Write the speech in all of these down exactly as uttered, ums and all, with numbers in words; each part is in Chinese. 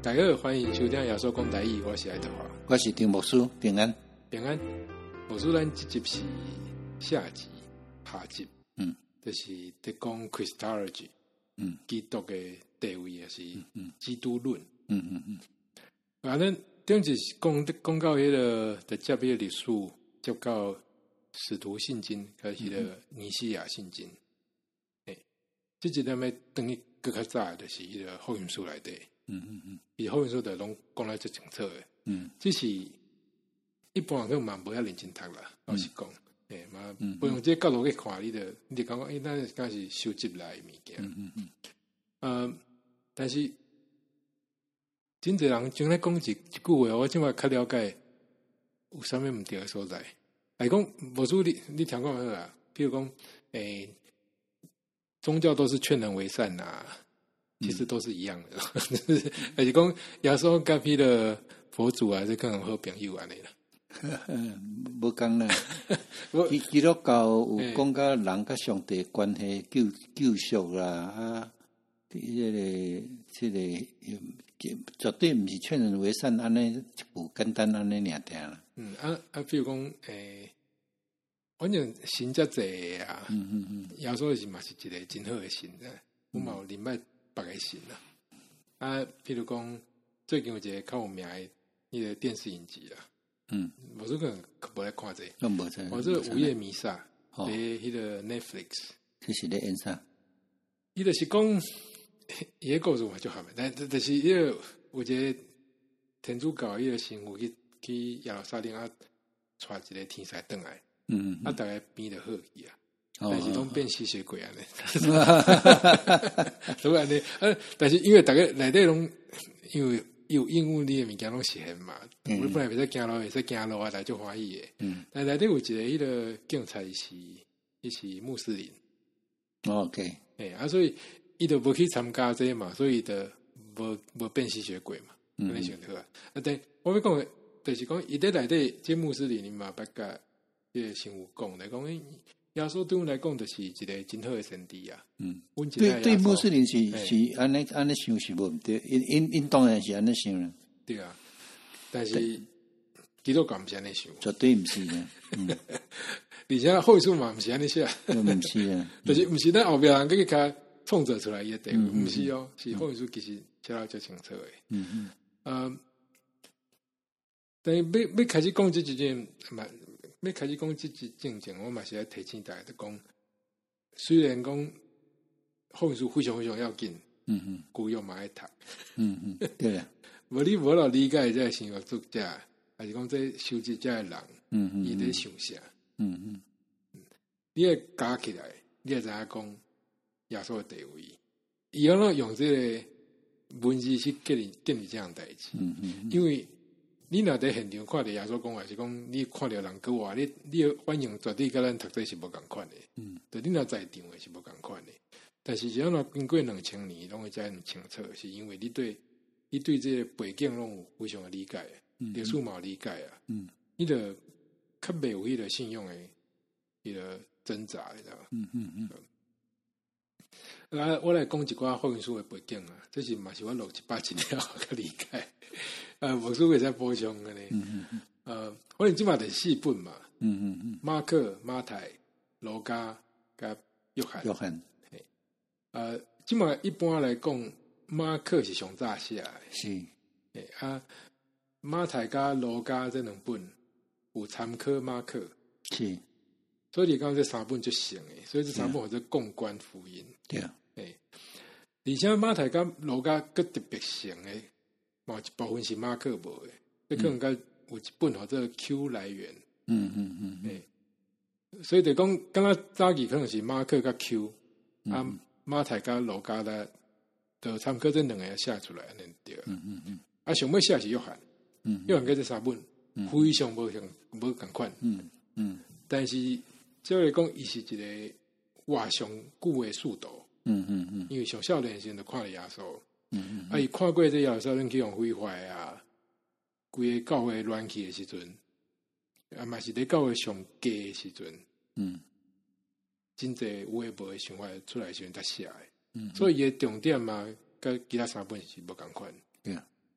大家好，欢迎收听耶稣讲台语，我是爱德华， 我是丁牧师，平安平安。牧师，咱这集是下集、下集， 嗯， 就是在讲 Christology， 嗯， 基督的地位也是基督论， 嗯嗯嗯。 啊，咱顶一是讲讲到迄、那个的接迄个历史，接到使徒信经，和迄个尼西亚信经，诶、嗯，这一点要等于更较早，就是迄个福音书内底。 嗯嗯嗯， 伊福音书就拢讲来最清楚诶。 嗯， 只是一般人可能嘛无遐认真读啦，老实讲，诶嘛， 嗯， 不用这角度去看，你着你着感觉，诶，咱敢是收集来诶物件。 嗯嗯嗯。 呃，但是真侪人正咧讲一一句话，我即摆较了解有啥物毋对诶所在。来讲，无输你你听讲好啊，譬如讲，诶、欸，宗教都是劝人为善呐、啊。其实都是一样的，而且讲耶稣甲迄个佛祖啊，是可能好朋友安尼啦。 无讲啦，基基督教有讲甲人甲上帝关系救救赎啦啊，迄个即个绝对毋是劝人为善，安尼一部简单安尼尔听啦。 嗯啊啊，比如讲诶，反正神遮济啊， 嗯嗯嗯， 耶稣是嘛是一个真好诶神啊，我嘛有另外别个神啦。啊，譬如讲最近有一个较有名诶迄个电视影集啦， 嗯， 我这个可无来看者， 我无知， 我这午夜弥撒， 哦， 伫迄个 Netflix， 这是咧演啥？ 伊就是讲伊个故事嘛就好，但但是伊个有一个天主教伊个神父去去耶路撒冷啊，带一个天使转来， 嗯， 啊，大家变得好去啊。 哦、 但是拢变吸血鬼安尼，所以安尼，啊，但是因为大家内底拢因为有应用你诶物件拢实现嘛，我、嗯、本来袂使行路，会使行路啊，来就欢喜诶。嗯，但内底有一个迄个警察是，伊是穆斯林。 OK， 诶、欸，啊，所以伊就无去参加这嘛，所以就无无变吸血鬼嘛，安尼想好啊。啊，但我要讲诶，就是讲伊伫内底即穆斯林嘛，捌甲迄个神父讲来讲，耶稣对阮来讲，就是一个真好诶神弟啊。嗯， 对对，穆斯林是是安尼安尼想是无毋对，因因因当然是安尼想啦。 对啊，但是基督教毋是安尼想， 绝对毋是啦。嗯， 而且后书嘛毋是安尼写， 毋是啊， 就是毋是咱后壁人去甲创造出来伊诶地位，毋是哦，是后书其实写到足清楚诶。嗯嗯，呃，但是要要开始讲即一件嘛。要开始讲即即正经，我嘛是来提醒大家，讲虽然讲福音书非常非常要紧，嗯嗯，古要嘛爱读， 嗯嗯，对啊， 无你无落理解这神学作者，还是讲这收集者诶人，嗯嗯，伊咧想啥，嗯嗯，你会加起来，你会知影讲耶稣诶地位，伊安怎用这个文字去建立建立这样代志，嗯嗯，因为。你若伫现場看到耶穌講話，是講你看到人講話，你你反應絕對甲咱讀冊是無共款的。嗯，就你若在場的是無共款的。但是只要若經過兩千年，攏會知很清楚，是因為你對你對這個背景攏有非常的理解，歷史嘛有理解啊。嗯，你著較袂有迄個信用的迄個掙扎，你知道嗎？嗯嗯嗯。啊，我來講一寡福音書的背景啊，這是嘛是我錄一百集了較理解。呃，牧師會使補充嘅咧。嗯嗯嗯。呃，我哋即碼第四本嘛。嗯嗯嗯。馬可、馬太、路加甲約翰。約翰。係。呃，即碼一般來講，馬可是上早寫嘅。 是。 誒啊，馬太甲路加這兩本有參考馬可。 是。 所以你講這三本就成嘅，所以這三本或者共觀福音。 對啊。 誒，而且馬太甲路加佫特別成嘅。某一部分是馬可無誒，你可能甲有一本或者 Q 來源，嗯嗯嗯，誒、欸，所以就講，剛剛早期可能是馬可甲 Q，、嗯、啊馬太甲路加咧，就參考這兩個寫出來安尼對，嗯嗯嗯，啊上尾寫是約翰，嗯，約翰甲這三本、嗯、非常無相無共款，嗯嗯，但是即個來講，伊是一個活上久誒速度，嗯嗯嗯，因為上少年時陣就看了耶穌。嗯嗯，啊！伊看過這耶路撒冷去用毀壞啊，規個教會亂去的時陣，啊嘛是咧教會上低的時陣，嗯，真濟有誒無誒想法出來時陣才寫誒，嗯，所以伊誒重點嘛，甲其他三本是無共款，對啊，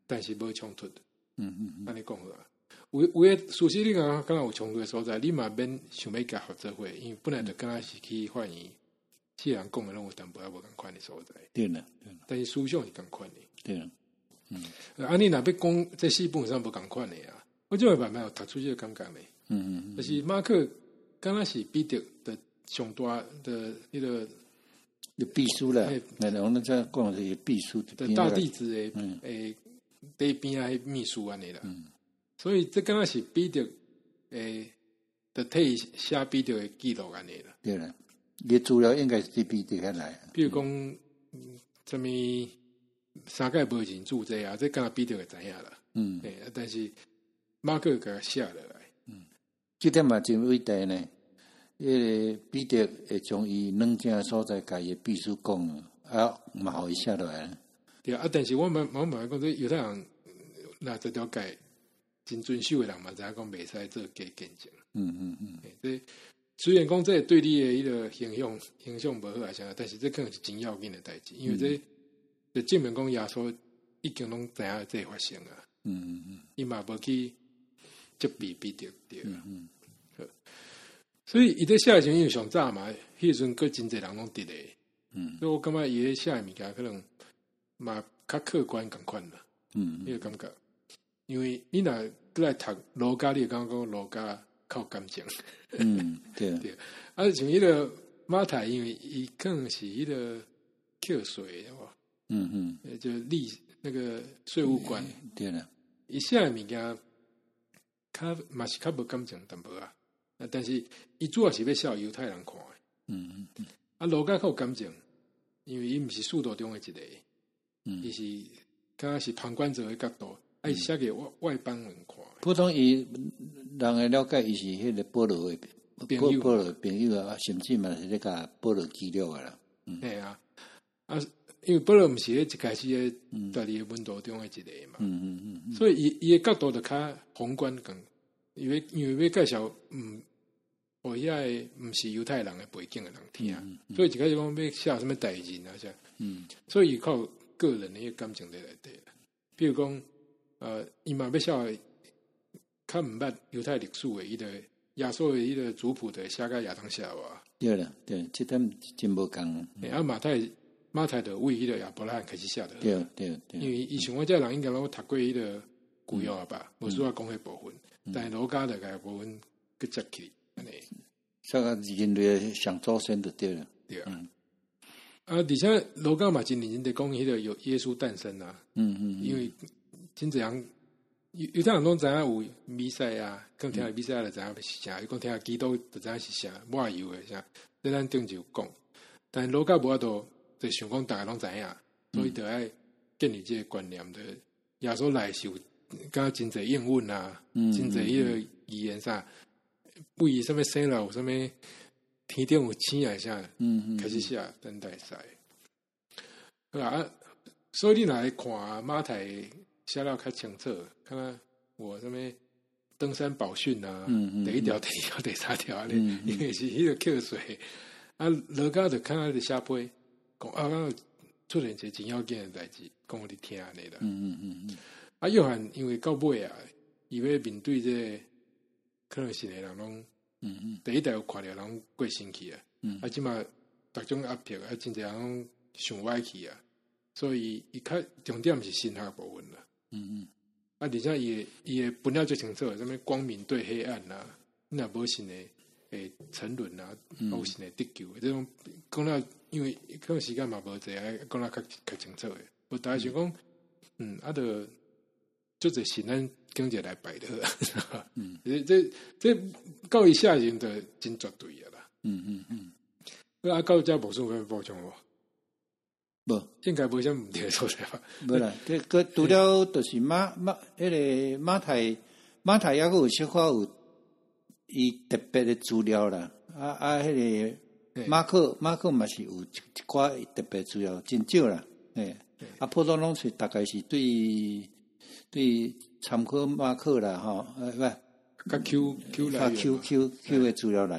但是无冲突的。 嗯嗯， 安尼讲好啊。有有诶，事实你讲敢若有冲突诶所在，你嘛免想要甲合作伙，因为本来就敢若是去反映，既然讲诶拢有淡薄仔无共款诶所在。 对啦，对啦。 但是思想是共款诶。 对啦。嗯。 啊，你若要讲这四本上无共款诶啊，我就会慢慢有读出这个感觉诶。 嗯嗯。 就是马克敢若是彼得的上大的迄个。 秘书啦，那我们在讲是秘书的大弟子诶，诶，对边啊秘书安尼啦。嗯，所以这刚刚是彼得诶的替写彼得诶记录安尼啦。 对啦，伊资料应该是彼得遐来。 比如讲，什么三界无人注这啊，这刚刚彼得会知影啦。嗯，诶，但是马克给他写落来。嗯， 这点嘛真伟大呢。迄个彼得会将伊软件所在甲伊秘书讲啊，嘛互伊写落来。 对啊，但是我嘛我嘛讲，这犹太人那这条界真遵守的人嘛，知影讲袂使做假见证。嗯嗯嗯。这虽然讲这对你的迄个形象形象无好啊啥，但是这可能是真要紧的代志，因为这就证明讲耶稣已经拢知影这发生啊。嗯嗯嗯。伊嘛无去责备彼得对啦。嗯。所以伊在写时因为上早嘛，迄时阵佫真侪人拢伫咧，嗯，所以我感觉伊咧写物件可能嘛较客观共款啦，嗯，迄个感觉，因为你若过来读罗家，你会感觉讲罗家靠感情， 嗯，对对，啊，像迄个马太，因为伊可能是迄个扣税哇，嗯嗯，就利那个税务官， 对啦， 伊写物件较嘛是较无感情淡薄啊。啊！但是伊主要是要写犹太人看的，嗯嗯嗯。啊，罗家较有感情，因为伊毋是数度中的一个，嗯，伊是敢若是旁观者的角度，啊，伊写给外外邦人看。 普通伊人会了解，伊是迄个保罗的朋友， 保罗朋友啊，甚至嘛是咧甲保罗记录啊啦。 嗯，系啊，啊，因为保罗毋是咧一开始咧在伫文道中的一个嘛，嗯嗯嗯，所以伊伊的角度就较宏观更。因为因为要介绍，嗯，我遐个毋是犹太人的背景的人听，嗯嗯、所以一开始讲要写什么代志啊，啥，嗯，所以靠个人的感情在内底啦。比如讲，呃，伊嘛要写较毋捌犹太历史的伊个亚述的伊个族谱的写甲亚当夏娃。 对啦，对，这点真无共。 嗯、啊，马太马太就为迄个亚伯拉罕开始写的。 对对对。 因为以前我这人应该拢读过迄个古约啊吧，无需要讲迄部分。但是罗家就甲部分去接起，安尼。 说个人类上祖先就对了。 对啊。嗯、啊，而且罗家嘛真认真地讲，迄个有耶稣诞生啊。嗯嗯。因为真侪人，有有啲人拢知影有弥赛亚，讲听弥赛亚就知影是啥；，伊讲听基督就知影是啥，抹油诶啥。即咱顶就讲，但罗家无法度就想讲大家拢知影，所以就爱建立即个观念的耶稣来是有。敢真侪英文啊，真侪迄个语言啥，为伊什么生了有什么天顶有星啊啥，嗯开始写等待赛，好啦啊，所以你来看马太写了较清楚，看看我什么登山宝训啊，嗯嗯第一条、第二条、第三条咧，嗯嗯因为是迄个扣税啊，落家就看下就写批，讲啊，出现一个真要紧的代志，讲互你听安尼啦，嗯嗯嗯嗯。啊，约翰因为到尾啊，伊要面对这个可能是的人拢，嗯嗯，第一代有看到人过身去啊，嗯，啊，即嘛逐种压迫啊，真侪人拢想歪去啊，所以伊较重点是神学部分啦，嗯嗯，啊，而且伊伊诶分了最清楚，什么光明对黑暗啊，你若无神诶诶沉沦啊，无神诶得救，这种讲了，因为可能时间嘛无济，爱讲了较较清楚诶，我大概想讲，嗯，啊，着。就这是咱经济来摆的，嗯，这这这到伊下人的真绝对的啦，嗯嗯嗯。啊，到遮补充有补充无？ 无， 应该无啥问题所在吧？ 无啦，这个除了就是马马迄个马太马太抑个有小可有伊特别的资料啦，啊啊，迄个马可马可嘛是有一一寡特别资料，真少啦，诶，啊，普通拢是大概是对。对参考马克啦，吼，呃，不， 甲 Q Q 来， 甲 Q Q Q 的资料来啦，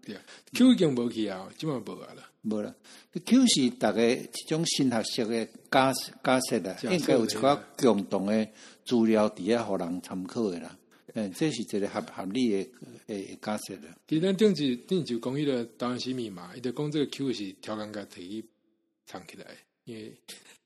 对啊 ，Q 已经无去啊，即嘛无啊啦， 无啦。Q 是大概一种新学式的假假设啦，应该有一寡共同的资料伫遐互人参考的啦。嗯，这是一个合合理的诶假设啦。 其实咱顶次顶就讲迄个达文西密码，伊就讲这个 Q 是调工甲提起藏起来，因为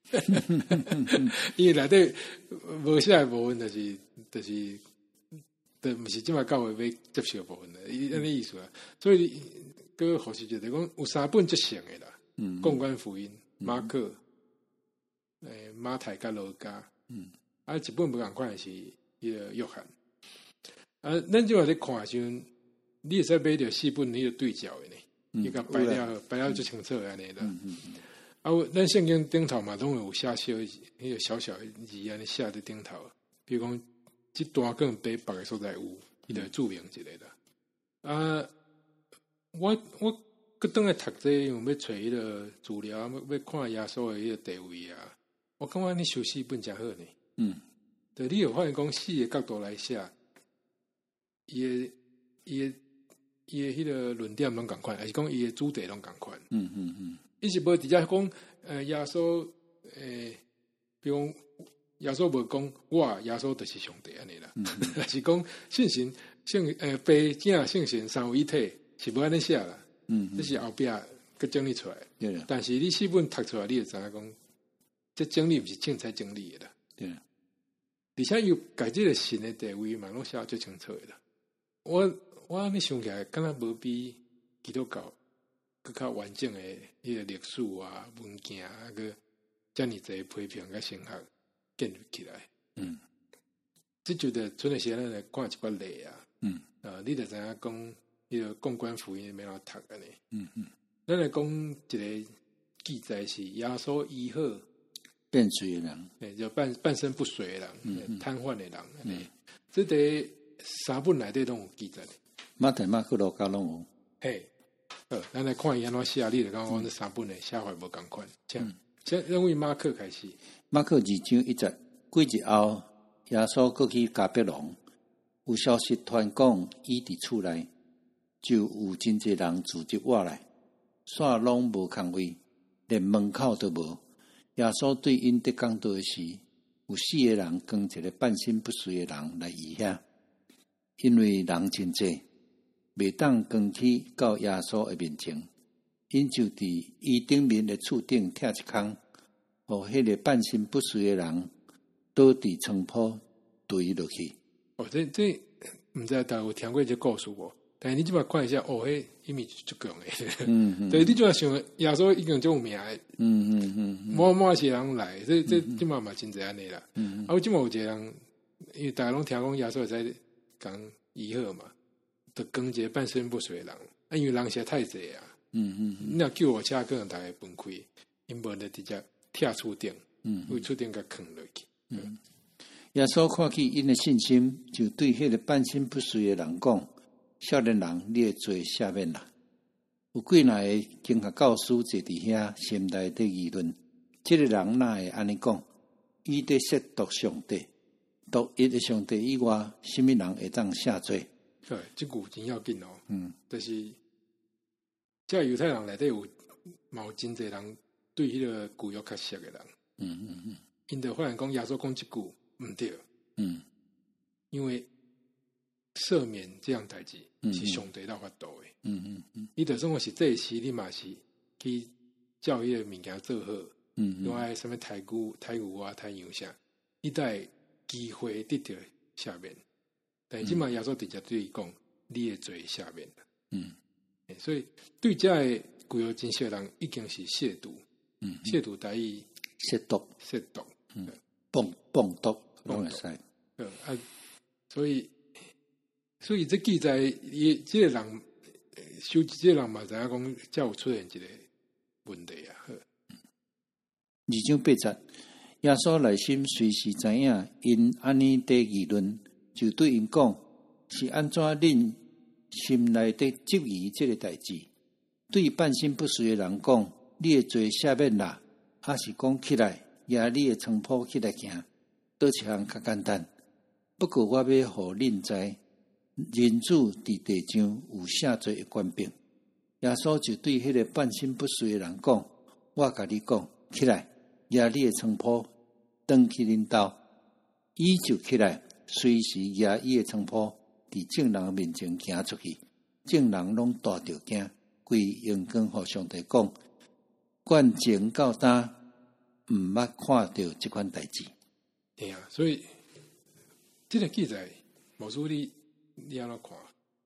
因为内底无写部分，就是就是，都毋是即马教会要接受部分的，伊安尼意思啊。所以个后续就讲有三本即成的啦，嗯，公关福音、马可、诶马太甲路加，嗯，啊一本无共款是迄个约翰。啊，咱即话咧看时阵，你会使买着四本迄个对照的呢，伊甲摆了摆了就清楚安尼啦。嗯嗯嗯啊，咱圣经顶头嘛，拢有写小迄个小小的字安尼写伫顶头，比如讲，即段更北别个所在有，伊就注明一个啦。啊，我我搁倒来读这，因为要找迄个资料，要要看耶稣的迄个地位啊，我感觉你修四本诚好呢。嗯，对，你有发现讲四个角度来写。伊诶伊诶伊诶迄个论点拢共款，还是讲伊诶主题拢共款？嗯嗯嗯。伊是无直接讲，呃，耶稣诶，比如讲耶稣无讲我耶稣就是上帝安尼啦，还是讲信神圣诶父子圣神三位一体是无安尼写啦。嗯，这是后壁佮整理出来。对啦。但是你四本读出来，你就知影讲，这整理毋是凊彩整理诶啦。对啦。而且又家己个神诶地位嘛，拢写最清楚诶啦。我我安尼想起来，敢若无比基督教更较完整的迄个历史啊、文件啊，个遮尔济批评甲神学建立起来。嗯，即就得剩诶时咱来看一寡例啊。嗯，啊，你着知影讲迄个公关福音要安怎读安尼。嗯嗯，咱来讲一个记载是耶稣医好变水的人， 诶，就半半身不遂的人，嗯、瘫痪的人，嗯，这得。三本内底拢有记载的， 马太、马可、路加拢有。 嘿，呃，咱来看伊安怎写，你就讲讲这三本的写法无共款。像，先因为马可开始， 马可二章一节，几日后，耶稣过去加百农，有消息传讲，伊伫厝内，就有真济人聚集过来，煞拢无空位，连门口都无。耶稣对因伫讲道时，有四个人跟一个半身不遂的人来医遐。因为人真济，袂当扛起到耶稣的面前，因就伫伊顶面的厝顶拆一空，互迄个半身不遂的人倒伫床铺坠落去。 哦，这这毋知大家有听过这故事无？但是你即摆看一下，哦，迄意味足强诶。嗯嗯。对，你即摆想耶稣已经足有名诶。嗯嗯嗯。满满是人来，这这即摆嘛真济安尼啦。嗯嗯。啊，即摆有一个人，因为大家拢听讲耶稣会使。讲医好嘛，就讲一个半身不遂的人，啊，因为人实在太济啊，嗯嗯，你若叫我车可能大概崩溃，因无就直接跳厝顶，嗯，为厝顶甲扛落去。嗯， 耶稣看起因的信心，就对迄个半身不遂的人讲：少年人，你的罪赦免啦。有几若个经学教师坐伫遐，心内伫议论，即、這个人哪会安尼讲？伊伫亵渎上帝。独一的上帝以外，什么人会当下罪？ 对，这句真要紧哦。嗯，就是这犹太人内底有，有真侪人对迄个旧约较熟的人。嗯嗯嗯，因着发现讲耶稣讲即句毋对。嗯，因为赦免这样代志是上帝来法度的。嗯嗯嗯，你就算我是这时，你嘛是去照迄个物件做好。嗯嗯，用爱什么台语、台语啊、台语啥，你带。机会得到下面，但即嘛耶稣直接对伊讲，你的罪下面了。嗯，所以对这个旧约真些人已经是亵渎，嗯，亵渎台语， 亵渎， 亵渎， 嗯，蹦蹦毒，蹦毒， 嗯啊，所以所以这记载，伊这个人，修这个人嘛，知影讲，才有出现一个问题啊。 二章八节。耶稣内心随时知影，因安尼伫议论，就对因讲：是安怎恁心内伫质疑这个代志？对半身不遂的人讲：你的罪赦免啦，还是讲起来，拿你的床铺起来行，倒一项较简单。不过我要互恁知，人子伫地上有赦罪的权柄。 耶稣就对迄个半身不遂的人讲：我甲你讲，起来，举你的床铺，转去恁兜。伊就起来，随时举伊的床铺，伫众人面前行出去。众人拢大着惊，规用光互上帝讲，惯情到呾，毋捌看到即款代志。 对啊，所以这个记载，无说你你安怎看？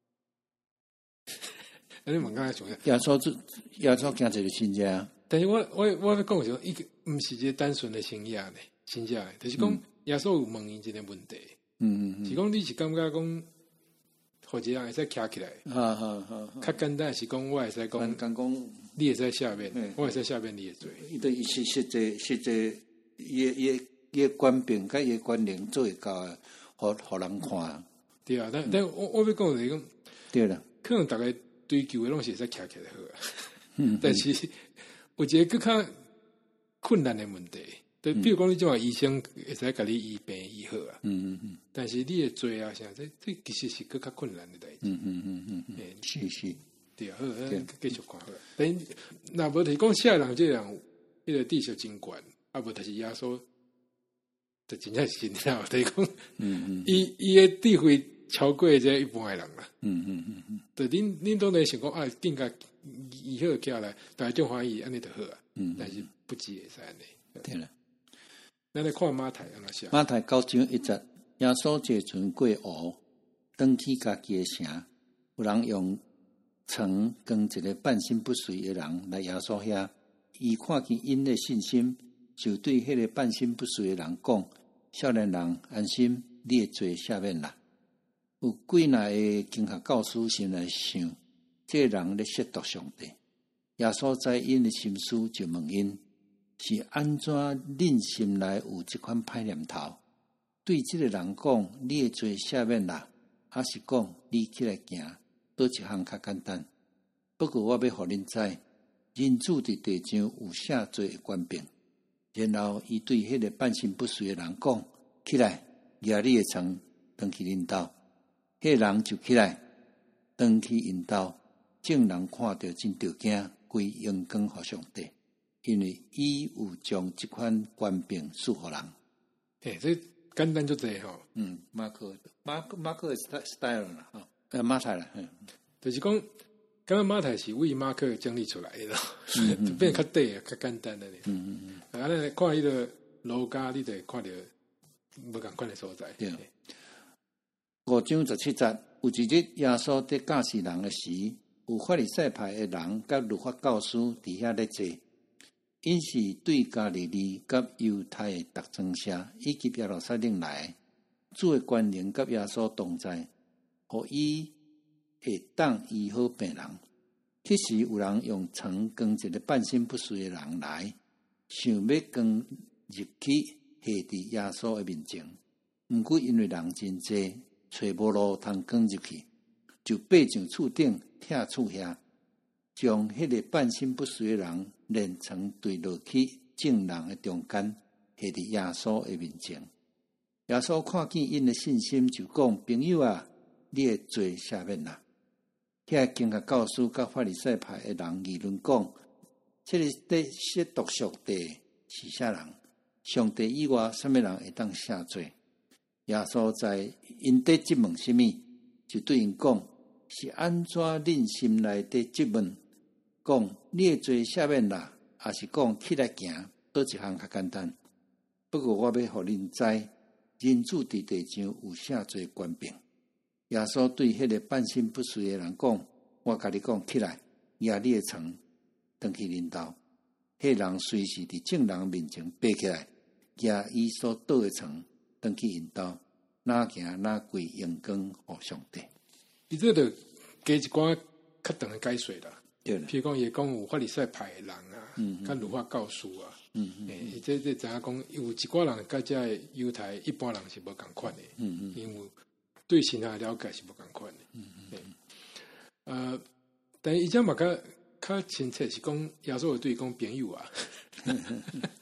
你问刚才想下， 耶稣就耶稣行一个新家， 但是我我我要讲是，伊个毋是一个单纯的信仰呢，信仰的，就是讲、嗯、耶稣有问伊一个问题，嗯嗯嗯，是讲你是感觉讲，或者人会使徛起来，啊啊啊，较简单是讲我会使讲，讲讲你会使下面，我会使下面你会做， 伊对伊是实际实际伊伊伊官兵甲伊官灵做会到，互互人看。 对啊，但、嗯、但我我要讲就是讲， 对啦， 可能大概追求的拢是会使徛起来好啊，嗯，但是有一个更较困难的问题，对，比如讲你即话医生会使甲你医病医好啊，嗯嗯嗯，但是你的做啊啥，这这其实是更较困难的代志，嗯嗯嗯嗯嗯， 是是， 对啊，好，继续看好。但若无提讲下人这人，迄个地球真悬，啊无就是耶稣，就真正是真了，就是讲，嗯嗯，伊伊的智慧超过这一般的人啦，嗯嗯嗯嗯，对，恁恁当然想讲啊，更加医好起来，大家就欢喜安尼就好啊，嗯，但是不止会使安尼， 对啦。 咱来看马太安怎写？ 马太九章一节，耶稣坐船过河，转去家己的城，有人用床跟一个半身不遂的人来耶稣遐，伊看见因的信心，就对迄个半身不遂的人讲：少年人安心，你的罪赦免啦。有几若个经学教师先来想，这个人咧亵渎上帝。耶稣知因的心思，就问因是安怎恁心内有这款歹念头？对这个人讲，你的罪赦免啦，还是讲你起来行？倒一项较简单。不过我要互恁知，人子伫地上有赦罪的权柄。然后伊对迄个半身不遂的人讲：起来，举你的床，转去恁兜。迄个人就起来，转去因兜。众人看到真着惊，归荣光互上帝，因为伊有将这款权柄赐互人。 诶、欸，这简单就这吼。 嗯，马可，马可，马可的 style 啦，吼，呃，马太啦，嗯， 就是讲，刚刚马太是为马可整理出来的，嗯嗯、变较短啊，较简单的咧。嗯嗯嗯。啊，咱看伊个路加，你就看到无共款的所在。对。 五章十七节，有一日耶稣在教示人的时，有法利赛派的人甲律法教师伫遐咧坐，因是对加利利甲犹太的特征社以及耶路撒冷来，主的官员甲耶稣同在，互伊会当医好病人。迄时有人用床扛一个半身不遂的人来，想要扛入去下伫耶稣的面前，毋过因为人真济，找无路通扛入去，就爬上厝顶拆厝遐，将迄个半身不遂的人连床坠落去众人的中间，下伫耶稣的面前。耶稣看见因的信心，就讲：朋友啊，你的罪赦免啦。遐经学教师甲法利赛派的人议论讲：这个在亵渎上帝是啥人？上帝以外，什么人会当赦罪？耶稣在因伫质问什么，就对因讲：是安怎恁心内伫质问？讲你的罪赦免啦，还是讲起来行？倒一项较简单。不过我要互恁知，人子伫地上有赦罪权柄。耶稣对迄个半身不遂的人讲：我甲你讲，起来，举你的床，转去恁兜。迄人随时伫众人面前爬起来，举伊所倒的床，转去因兜，哪行哪归荣光互上帝。 伊这个加一寡较长的解说啦。对啦，譬如讲，伊讲有法利赛派的人啊，甲律法教师啊，嗯嗯，诶、欸，这这知影讲有一寡人甲这犹太一般人是无共款的，嗯嗯，因为对神的了解是无共款的，嗯嗯，呃，但伊这嘛较较亲切是讲耶稣对伊讲朋友啊，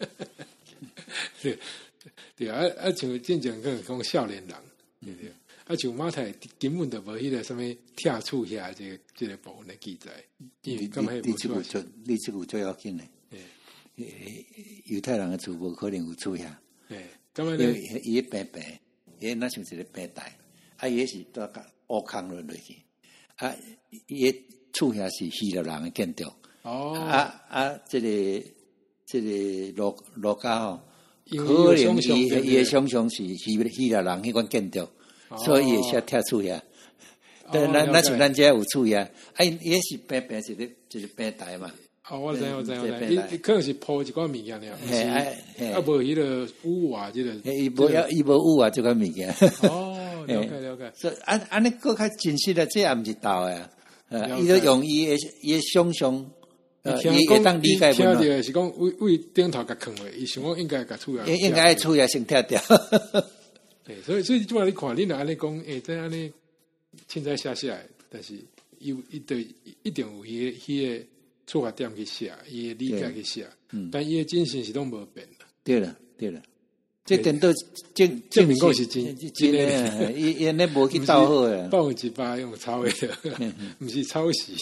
对对啊啊，像真正讲讲少年人，对不对？啊， 啊，像马太根本就无迄个什么跳厝遐这个这个部分的记载，因为根本你这个就你这个最要紧的。犹太人的厝无可能有厝遐，因为伊个平平，伊那像一个平台，啊，伊是到个乌空落落去，啊，伊个厝遐是希腊人的建筑， 哦， 啊啊，这个这个罗罗家吼，可能伊伊个想象是希希腊人迄款建筑，所以伊会写贴厝遐。但咱咱像咱遮有厝遐，啊，伊是平平一个一个平台嘛。 哦，我知我知我知，伊可能是铺一寡物件了，是啊，无迄个屋瓦即个， 伊无要伊无屋瓦即款物件。 哦，了解了解。 所以安安尼佫较真实咧，这也毋是道诶，伊都用伊诶伊诶想象，伊会当理解。 听着是讲为为顶头甲囥诶，伊想讲应该甲厝啊， 应该厝也先拆掉。 对，所以所以即摆你看，恁若安尼讲，诶，即安尼凊彩写下来，但是伊伊对一定有迄个迄个。出发点去写，伊个理解去写，嗯、但伊个精神是拢无变的。对了，对了，这点都证证明讲是真真诶，伊伊那无去盗好诶， 百分之百用抄诶，毋是抄袭。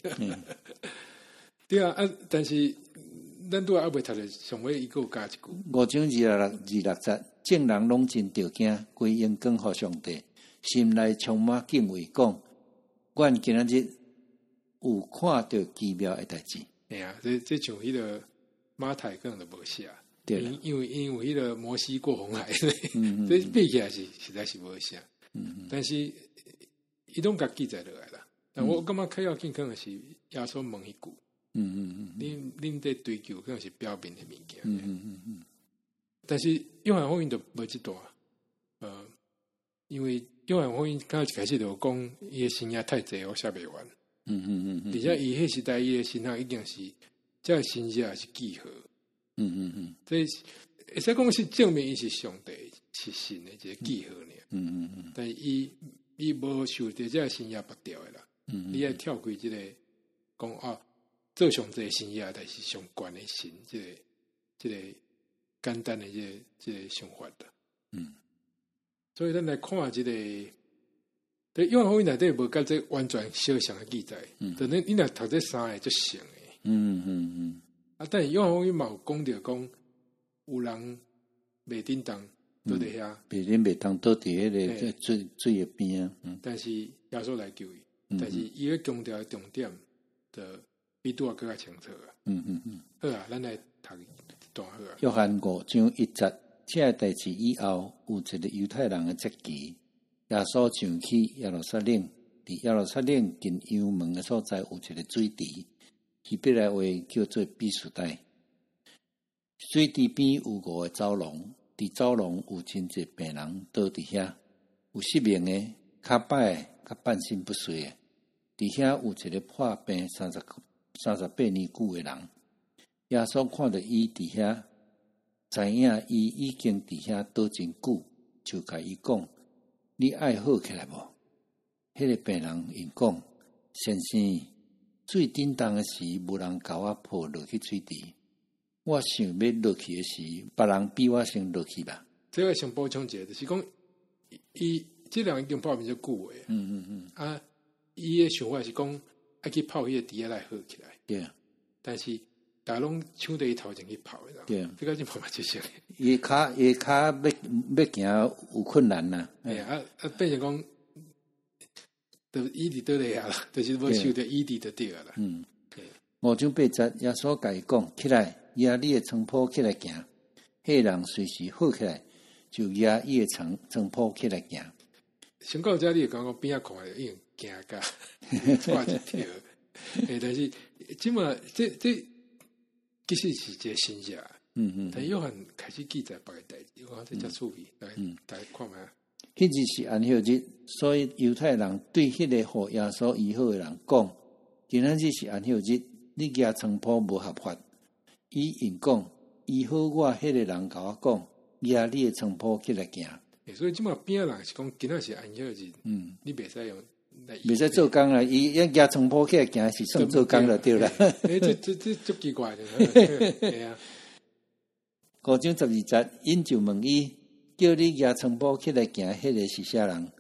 对啊，啊，但是咱拄啊未读着，上尾伊个加一句： 五章二六二六节，众人拢真着惊，归荣光互上帝，心内充满敬畏，讲：阮今仔日。有看到奇妙的代志， 哎呀，这这像迄个马太可能都无写，对，因为因为迄个摩西过红海，嗯这背起来是实在是无写，嗯嗯，但是伊拢甲记载落来啦。但我感觉较要紧可能是耶稣问迄句，嗯嗯嗯，恁恁在追求可能是表面的物件，嗯嗯嗯嗯，但是约翰福音就无即段，呃，因为约翰福音刚一开始就讲伊个信仰太济，我写袂完。嗯嗯嗯嗯，而且伊迄时代伊诶信仰已经是，这信仰是记号。嗯嗯嗯，这会使讲是证明伊是上帝是神诶一个记号尔。嗯嗯嗯，但伊伊无受着这信仰拔掉诶啦。嗯嗯，你爱跳开即个讲啊，做上帝信仰，但是上悬诶神，即个即个简单诶即个即个想法的。嗯，所以咱来看即个。对，约翰福音内底无甲这完全相像的记载，嗯，就你你若读这三个就像诶，嗯嗯嗯，啊，但是约翰福音嘛有讲着讲，有人袂叮当倒伫遐， 袂叮袂当倒伫迄个水水诶边啊， 嗯，但是耶稣来救伊，嗯、但是伊个强调重点，就比拄啊更加清楚啊，嗯嗯嗯，好啊，咱来读一段好啊。 约翰五章一节，这代志以后，有一个犹太人诶节期。耶稣上去耶路撒冷，伫耶路撒冷近油门诶所在有一个水池，希伯来话叫做比斯代。水池边有五个走廊，伫走廊有真侪病人倒伫遐，有失明诶、骹歹诶、甲半身不遂诶。伫遐有一个破病三十三十八年久诶人。耶稣看到伊伫遐，知影伊已经伫遐倒真久，就甲伊讲。你爱好起来无？迄个病人因讲：先生，最叮当诶时，无人甲我抱落去水池。我想要落去诶时，别人比我先落去吧。 这个想补充一下，就是讲，伊这人已经泡面就久诶。嗯嗯嗯。啊，伊诶想法是讲，爱去泡迄个池来好起来。 对啊。 但是，大家拢抢伫伊头前去泡诶。 对啊。 这个就慢慢就行。 伊骹伊骹要要行有困难呐， 哎啊啊！变成讲，就异地倒来啊啦，就是无受着异地就对啊啦。嗯， 五章八节，耶稣甲伊讲起来，压你诶床铺起来行。迄人随时好起来，就压伊诶床床铺起来行。 先到遮，你讲讲边仔看已经惊甲抓一条。诶，但是即嘛，这这其实是一个新者。嗯嗯，但约翰开始记载别个代志，我这叫趣味，来大家看下。 迄日是安息日，所以犹太人对迄个互耶稣医好诶人讲：今仔日是安息日，你举床铺无合法。伊因讲医好我迄个人甲我讲，举你诶床铺起来行。 所以即马边仔人是讲今仔是安息日，嗯，你袂使用， 袂使做工啦。伊一举床铺起来行是算做工就对啦。 诶，这这这足奇怪的，系啊。 五章十二節，因就問伊，叫你舉床鋪起來行，迄個是啥人？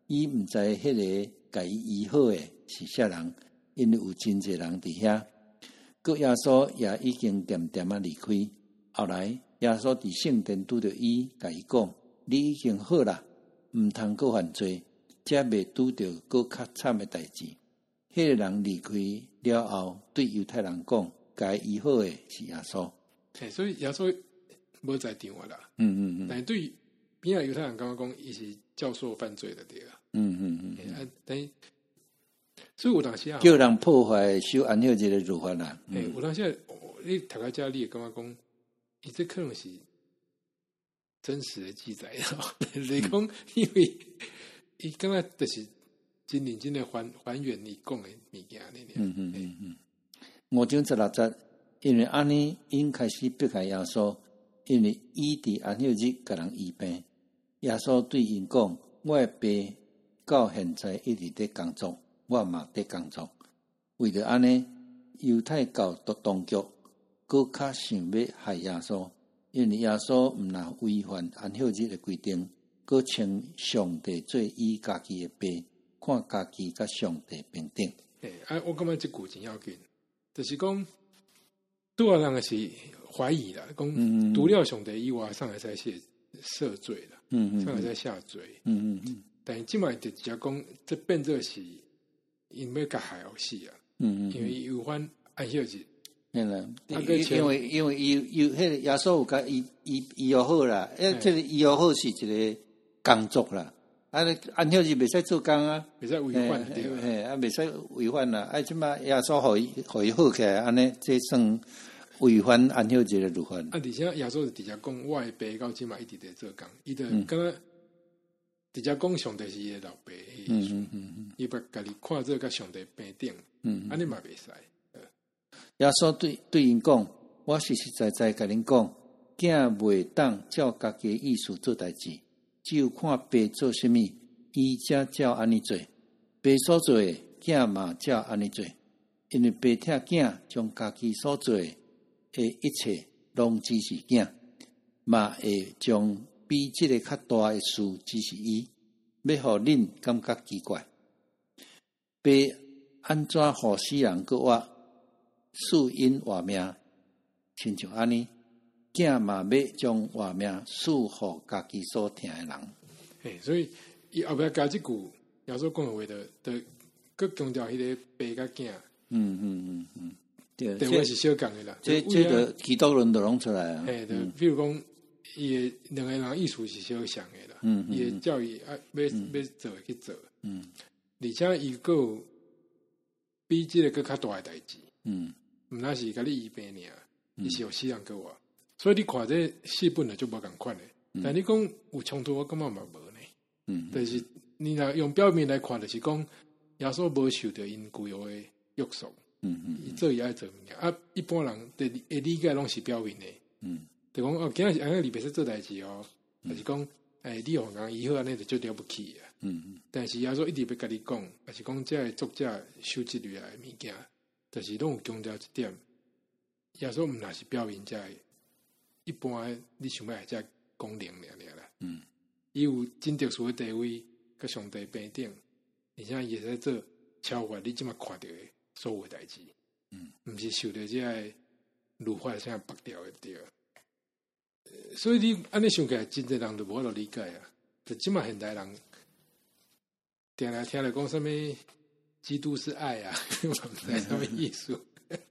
伊毋知迄个甲伊医好诶是啥人，因为有真侪人伫遐。佮耶稣也已经渐渐啊离开。后来耶稣伫圣殿拄着伊，甲伊讲：你已经好啦，毋通佮犯罪，则未拄着佮较惨诶代志。迄个人离开了后，对犹太人讲：甲伊医好诶是耶稣。 嘿，所以耶稣无在场啊啦。 嗯嗯嗯。 但对边仔犹太人感觉讲，伊是教唆犯罪的对啊。 嗯嗯嗯。 嗯啊，等于所以有当时啊， 叫人破坏守安息日的律法啦。 嘿、嗯，有当时啊，你读到遮，你会感觉讲，伊这可能是真实的记载啊。你讲、嗯，因为伊感觉就是真认真的还还原你讲的物件呢。 嗯嗯嗯嗯。五章十六节，因为安尼因开始迫害耶稣，因为伊伫安息日甲人医病。耶稣对因讲：我的病到现在一直在工作。我嘛在工作，为着安尼，犹太教当局佫较想要害耶稣，因为耶稣毋若违反安息日的规定，佫称上帝做伊家己的爸，看家己甲上帝平等。 诶，啊，我感觉即句真要紧，就是讲，拄啊人个是怀疑啦，讲除了上帝以外，上来才是赦罪啦，嗯嗯，上来才下罪，嗯嗯嗯，但即摆就直接讲，这变做是。因要甲害后死啊！嗯嗯，因为伊有犯安息日， 嗯啦，因为因为伊有迄个耶稣有甲伊伊医好啦，诶，即个医好是一个工作啦，啊，安息日袂使做工啊， 袂使违反对啊， 嘿，啊，袂使违反啦，啊，即马耶稣互伊互伊好起来，安尼这算违反安息日的律法。啊， 而且耶稣是直接讲，我的爸到即马一直在做工，伊就敢若。直接讲上帝是伊的老爸，嗯嗯嗯，伊把家己看做甲上帝平等，嗯，安尼嘛袂使。 耶稣对对因讲：我实实在在甲恁讲，囝袂当照家己的意思做代志，只有看爸做啥物，伊才照安尼做。爸所做的，囝嘛照安尼做，因为爸疼囝，将家己所做的一切拢指示囝，嘛会将。比这个较大的事只是伊，要互恁感觉奇怪。爸安怎互死人个活，赐因活命，亲像安尼，囝嘛要将活命赐互家己所疼的人。 嘿，所以伊后壁加即句，耶稣讲的话的，的佮强调迄个爸甲囝。嗯嗯嗯嗯，对，对我是小共的啦。 这这个基督论都拢出来啊。 嘿，嗯、比如讲。伊诶两个人意思是相像诶啦，嗯嗯，伊诶教育啊，要要做去做，嗯，而且伊个比即个更较大诶代志，嗯，毋那是甲你医病尔，伊是有死人个话，所以你看这四本来就无共款诶，但你讲有冲突，我感觉嘛无呢，嗯，但是你若用表面来看，就是讲耶稣无受到因旧有诶约束，嗯嗯，伊做伊爱做物件，啊，一般人的诶理解拢是表面诶，嗯。就讲哦，今日是安尼，你别说做代志哦，还、嗯、是讲，诶、欸，你互人以后安尼就做了不起啊。嗯嗯。但是耶稣一直要甲你讲，还是讲这作者收集落来物件，就是拢有强调一点。耶稣毋若是表面在一般，你想要在功能了了啦。嗯。伊有真特殊的地位，甲上帝平等，而且伊会使做超越你即马看到的所有代志。嗯。毋是受到这个律法啥绑掉的对。所以你安尼想起来，真侪人都无法度理解啊！就即马现代人，定来听来讲什么基督是爱啊，我唔知什么意思。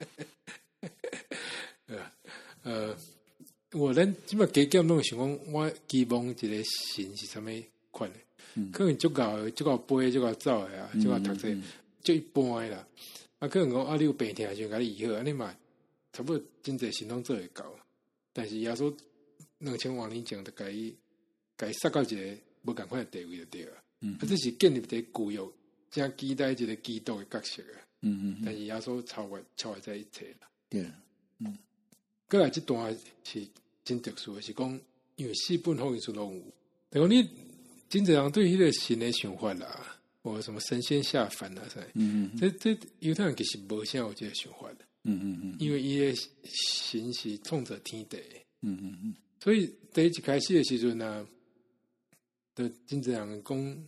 呃，我咱即马加减拢想讲，我期望一个神是啥物款的？嗯、可能足够、足够飞、足够走的啊，足够读册，就一般的啦。啊，可能讲啊，你有病痛就甲你医好，安尼嘛，差不多真侪神拢做会到。但是耶稣两千多年前就甲伊甲伊杀到一个无共款的地位就对了。嗯，啊，这是建立一个具有正期待一个基督的角色啊。嗯嗯。但是耶稣超越超越在一切啦。对。嗯。过来这段是真特殊的，是讲因为四本福音书拢有，但讲你真侪人对迄个神的想法啦，或什么神仙下凡啊啥，嗯嗯，这这犹太人其实无啥有这个想法的。嗯嗯嗯，因为伊的神是创造天地。嗯嗯嗯，所以第一开始的时阵呢，就真侪人讲，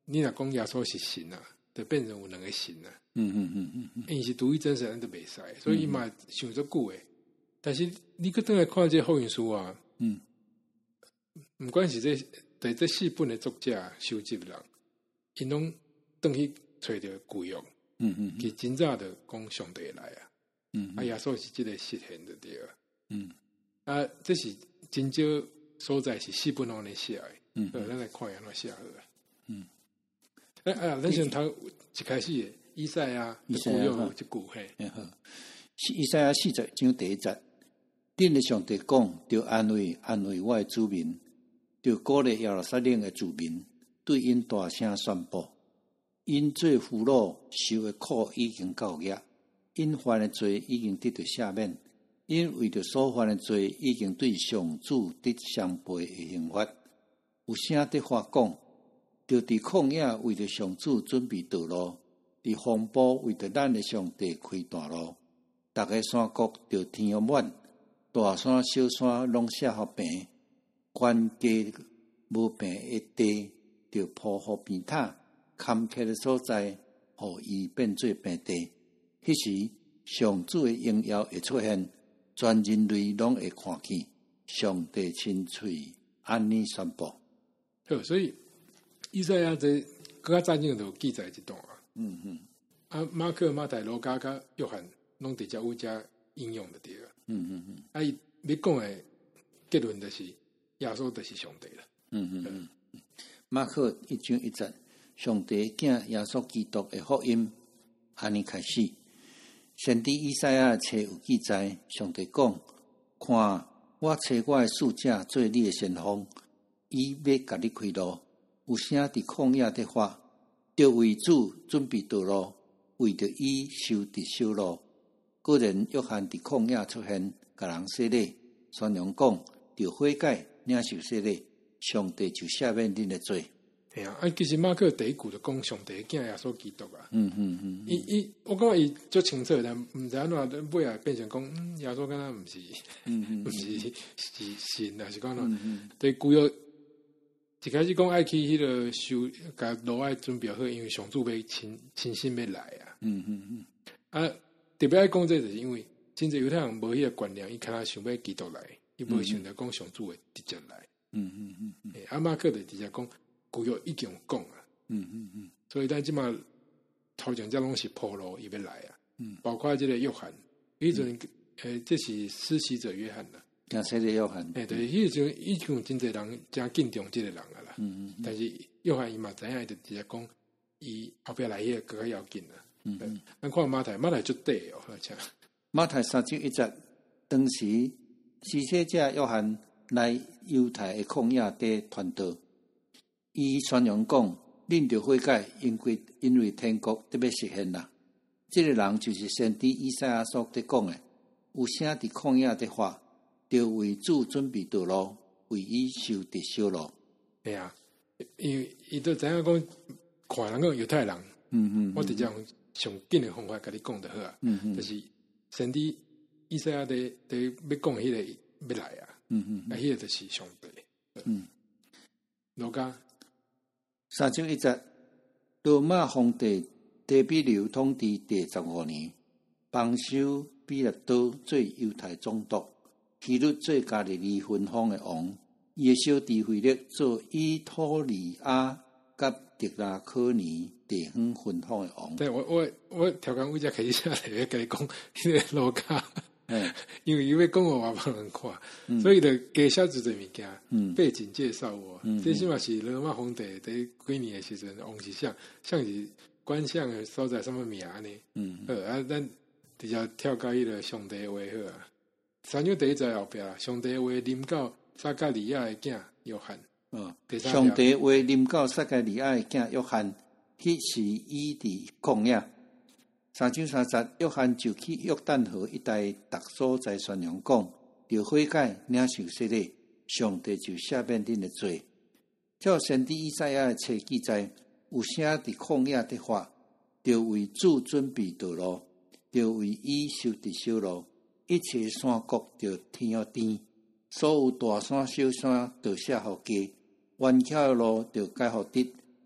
你若讲耶稣是神啊，就变成有两个神啊。 嗯嗯嗯嗯嗯， 因是独一真神，咱都袂使，所以伊嘛想足久诶。但是你去倒来看这福音书啊，嗯，毋管是这对这四本的作者收集人，因拢倒去找着旧约，嗯嗯，其真早就讲上帝来啊，嗯，啊耶稣是即个实现的对啊，嗯，啊，这是真少所在是四本拢咧写诶，嗯，咱来看下怎写好啊，嗯，啊啊，咱先头一开始诶。以赛亚，以赛亚哈，一句嘿， 以赛亚四十章第一节，恁的上帝讲，着安慰安慰我的子民，着鼓励耶路撒冷的子民，对因大声宣布，因做俘虜受的苦已经到额，因犯的罪已经得到赦免，因为着所犯的罪已经对上主得双倍的刑罚。有声得发讲，着伫旷野为着上主准备道路。伫风暴为着咱的上帝开段路，逐个山谷着天满，大山小山拢写互平，关家无平的地着铺互平坦，坎坷的所在，互伊变做平地。迄时，上主的荣耀会出现，全人类拢会看见，上帝亲嘴安尼宣布。 好，所以以赛亚这更加早前就记载一段啊。嗯嗯，啊，马可、马太、路加、甲约翰拢直接有遮应用的对啊。嗯嗯嗯，啊，伊要讲的结论就是耶稣就是上帝了。 嗯嗯嗯，嗯马可一章一节，上帝囝耶稣基督的福音，安尼开始。先知以赛亚册有记载，上帝讲：看，我找我的使者做你的先锋，伊要甲你开路。有声伫旷野的话。着为主准备道路，为着伊修直修路。个人约翰伫旷野出现，甲人洗礼，宣扬讲着悔改，领受洗礼，上帝就赦免恁的罪。 系啊，啊，其实马可第一句就讲上帝囝耶稣基督啊。 嗯嗯嗯， 伊伊，我感觉伊足清楚，但毋知安怎尾啊变成讲，嗯，耶稣敢若毋是，嗯嗯，毋是是神啊，是讲喏，对旧约。一开始讲爱去迄个修，甲路爱准备好，因为上主要亲亲身要来啊。嗯嗯嗯。啊，特别爱讲这，就是因为真侪犹太人无迄个观念，伊敢若想要基督来，伊无想着讲上主会直接来。嗯嗯嗯嗯。啊，马可就直接讲旧约已经讲啊。嗯嗯嗯。所以咱即马头前遮拢是铺路，伊要来啊。嗯。包括即个约翰，迄阵诶，这是施洗者约翰啦。 讲洗礼约翰， 诶，对，迄阵已经真侪人真敬重即个人啊啦。嗯嗯。但是约翰伊嘛知影，就直接讲，伊后壁来迄个更加要紧啦。嗯嗯。咱看马太，马太足短哦，而且。 马太三章一节，当时施洗者约翰来犹太的旷野地传道，伊宣扬讲，恁着悔改，因为因为天国特别实现啦。这个人就是先知以赛亚所伫讲的，有声伫旷野地话。着为主准备道路，为伊修直修路。 对啊，因为伊都知影讲，看人讲犹太人，嗯嗯，我直接用上紧的方法甲你讲就好啊。嗯嗯，就是先知以赛亚伫伫要讲迄个要来啊。嗯嗯，啊，迄个就是上帝。嗯，路加三章一节，罗马皇帝提比留统治第十五年，邦修比勒多做犹太总督。希律做加利利分封的王，伊的小弟腓力做以托利亚甲狄拉科尼地方分封的王。 对，我我我调讲我只开始下来，跟你讲迄个路加，嗯，因为伊要讲我话帮人看，嗯、所以就加写一个物件，嗯，背景介绍我，嗯，这起码是罗马皇帝伫几年的时阵，王是像像是官相的所在什么名呢？嗯，好啊，咱直接跳到迄个上帝话好啊。三章第一节后壁，上帝话临到撒加利亚的囝约翰。 嗯，上帝话临到撒加利亚的囝约翰，迄是伊伫旷野。三章三节，约翰就去约旦河一带逐所在宣扬讲，着悔改领受洗礼，上帝就赦免恁的罪。照先知以赛亚的册记载，有声伫旷野的话，着为主准备道路，着为伊修直修路。一切山谷着天要甜，所有大山小山着写互家，弯巧的路着改互直，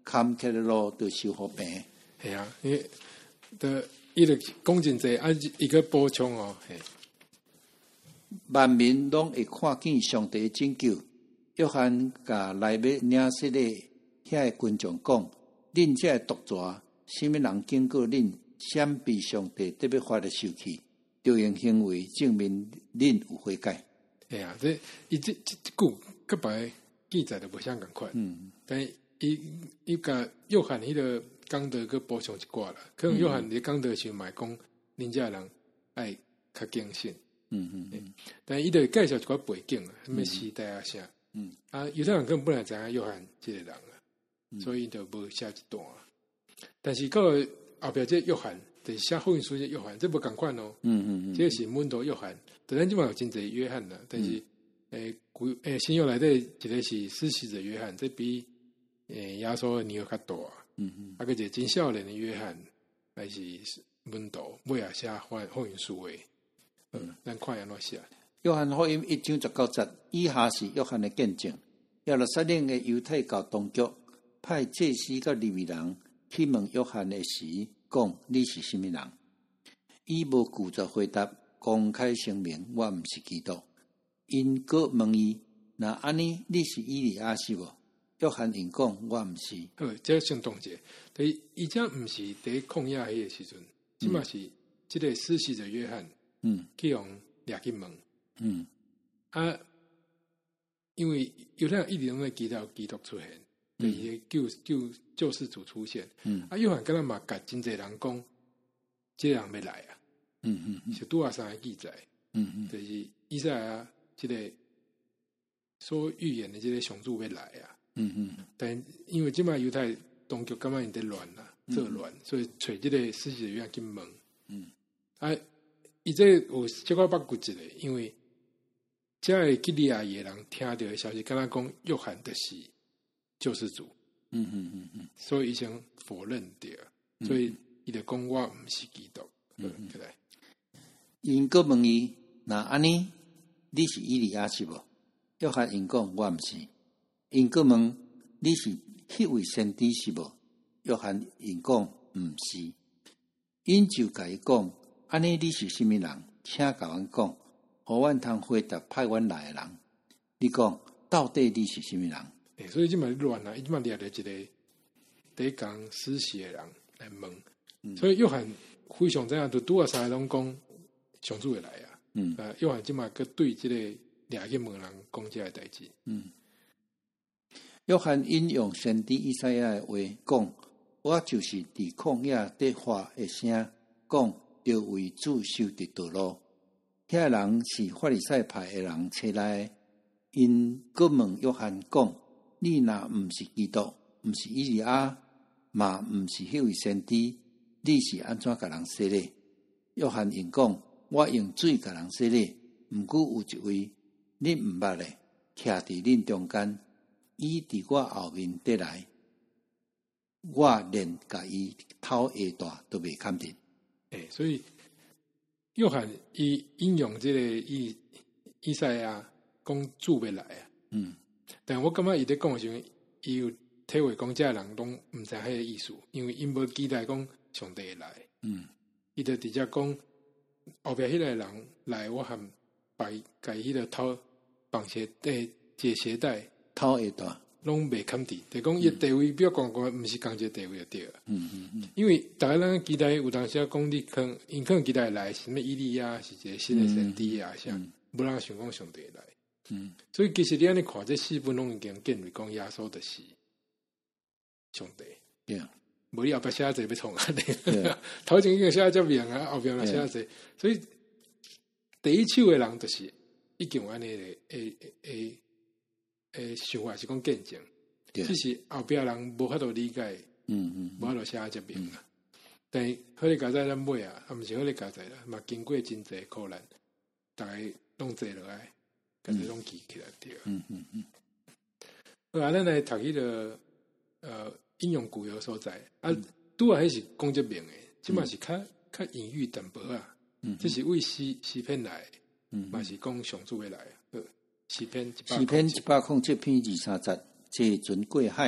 坎坷的路都修好平。 系啊，伊的伊个讲真济啊，一个补充哦，嘿， 万民拢会看见上帝拯救。约翰甲内面领色列遐个群众讲：恁这独蛇，什么人经过恁闪避上帝特别发的受气，就用行为证明恁有悔改。 系啊，这伊这这句甲别记载都无相共款。嗯，但伊伊甲约翰迄个讲道佮补充一寡啦。可能约翰伫讲道时嘛讲，恁这人爱较敬信。嗯嗯嗯。但伊就介绍一寡背景啊，什么时代啊啥。嗯啊，有的人根本本来知影约翰即个人啊，嗯、所以就无写一段。但是到后壁这约翰，就是写福音书这约翰，这无共款哦。嗯嗯嗯，这是门徒约翰，当然即嘛有真侪约翰啦，但是诶，古诶新约内底一个是施洗者约翰，这比诶耶稣的年较大。嗯嗯，啊个一个真少年的约翰，还是门徒尾啊写福音书诶。嗯，咱看安怎写。 约翰福音一章十九节以下是约翰的见证。耶路撒冷的犹太教当局派祭司甲利未人去问约翰的时，讲你是什么人？伊无拒绝回答，公开声明我毋是基督。因搁问伊：那安尼你是以利亚是无？约翰应讲我毋是。 好，这相当者，但是伊这毋是伫旷野迄个时阵，即嘛是即个施洗者约翰，嗯，去用掠去问。嗯啊，因为犹太人一直拢在期待基督出现，对伊个救救救世主出现。嗯啊，约翰敢若嘛甲真侪人讲，即个人要来啊。嗯嗯嗯，是拄啊三个记载。嗯嗯，就是以赛亚即个所预言的即个上主要来啊。嗯嗯，但因为即摆犹太当局感觉因在乱啦，做乱，所以找即个施洗者约翰去问。嗯啊，伊这有小可八句一个，因为。遮个基利亚野人听到的消息，跟他讲约翰的是救世主，嗯嗯嗯嗯，所以伊先否认掉，所以伊就讲我毋是基督，嗯嗯，对。 因个问伊，那安尼你是以利亚是无？约翰因讲我毋是。因个问你是迄位先知是无？约翰因讲毋是。因就甲伊讲，安尼你是甚物人？请甲阮讲。互阮通回答派阮来的人，你讲到底你是什么人？ 欸、所以即嘛乱啊！伊即嘛掠着一个第一讲施洗的人来问，嗯、所以约翰非常知影，就拄啊三个拢讲上主会来啊。嗯，啊，约翰即嘛佮对即个掠去问人讲即个代志。嗯， 约翰引用先知以赛亚的话讲：我就是伫旷野伫发的声，讲要为主修的道路。遐人是法利赛派的人找来，因搁问约翰讲：你若毋是基督，毋是以利亚，嘛毋是迄位先知，你是安怎甲人洗礼？约翰因讲：我用水甲人洗礼，毋过有一位你毋捌的，徛伫恁中间，伊伫我后面得来，我连甲伊头下大都未看见。 诶，所以。约翰伊引用即个以以赛亚讲主要来啊，嗯，但我感觉伊在讲的时候，伊有体会讲遮人拢毋知迄个意思，因为因无期待讲上帝会来，嗯，伊就直接讲后壁迄个人来，我含摆改迄个头绑鞋带解鞋带头下大。 拢未堪地，就讲伊地位比较高高，毋是共一个地位就对了。嗯嗯嗯。因为大家咱期待有当时讲你可能，因可能期待来什么以利亚是一个新的先知啊，像无人想讲上帝来。嗯。所以其实你安尼看，这四本拢已经建立讲耶稣的是上帝。对啊。无你后壁写一要创啊？头前已经写遮明啊，后壁来写一，所以第一手的人就是已经有安尼诶诶诶。诶，想法是讲见证，只是后壁人无法度理解，嗯嗯，无法度写遮明啊。但是好个家在咱买啊，啊，毋是好个家在啦，嘛经过真济苦难，大家拢坐落来，家己拢记起来对。嗯嗯嗯。好啊，咱来读迄个呃应用古有所在啊，拄啊，迄是讲遮明诶，即嘛是较较隐喻淡薄啊。嗯，这是为诗诗篇来，嗯，嘛是讲上主要来啊。诗篇诗篇一百零七篇二三节，坐船过海，伫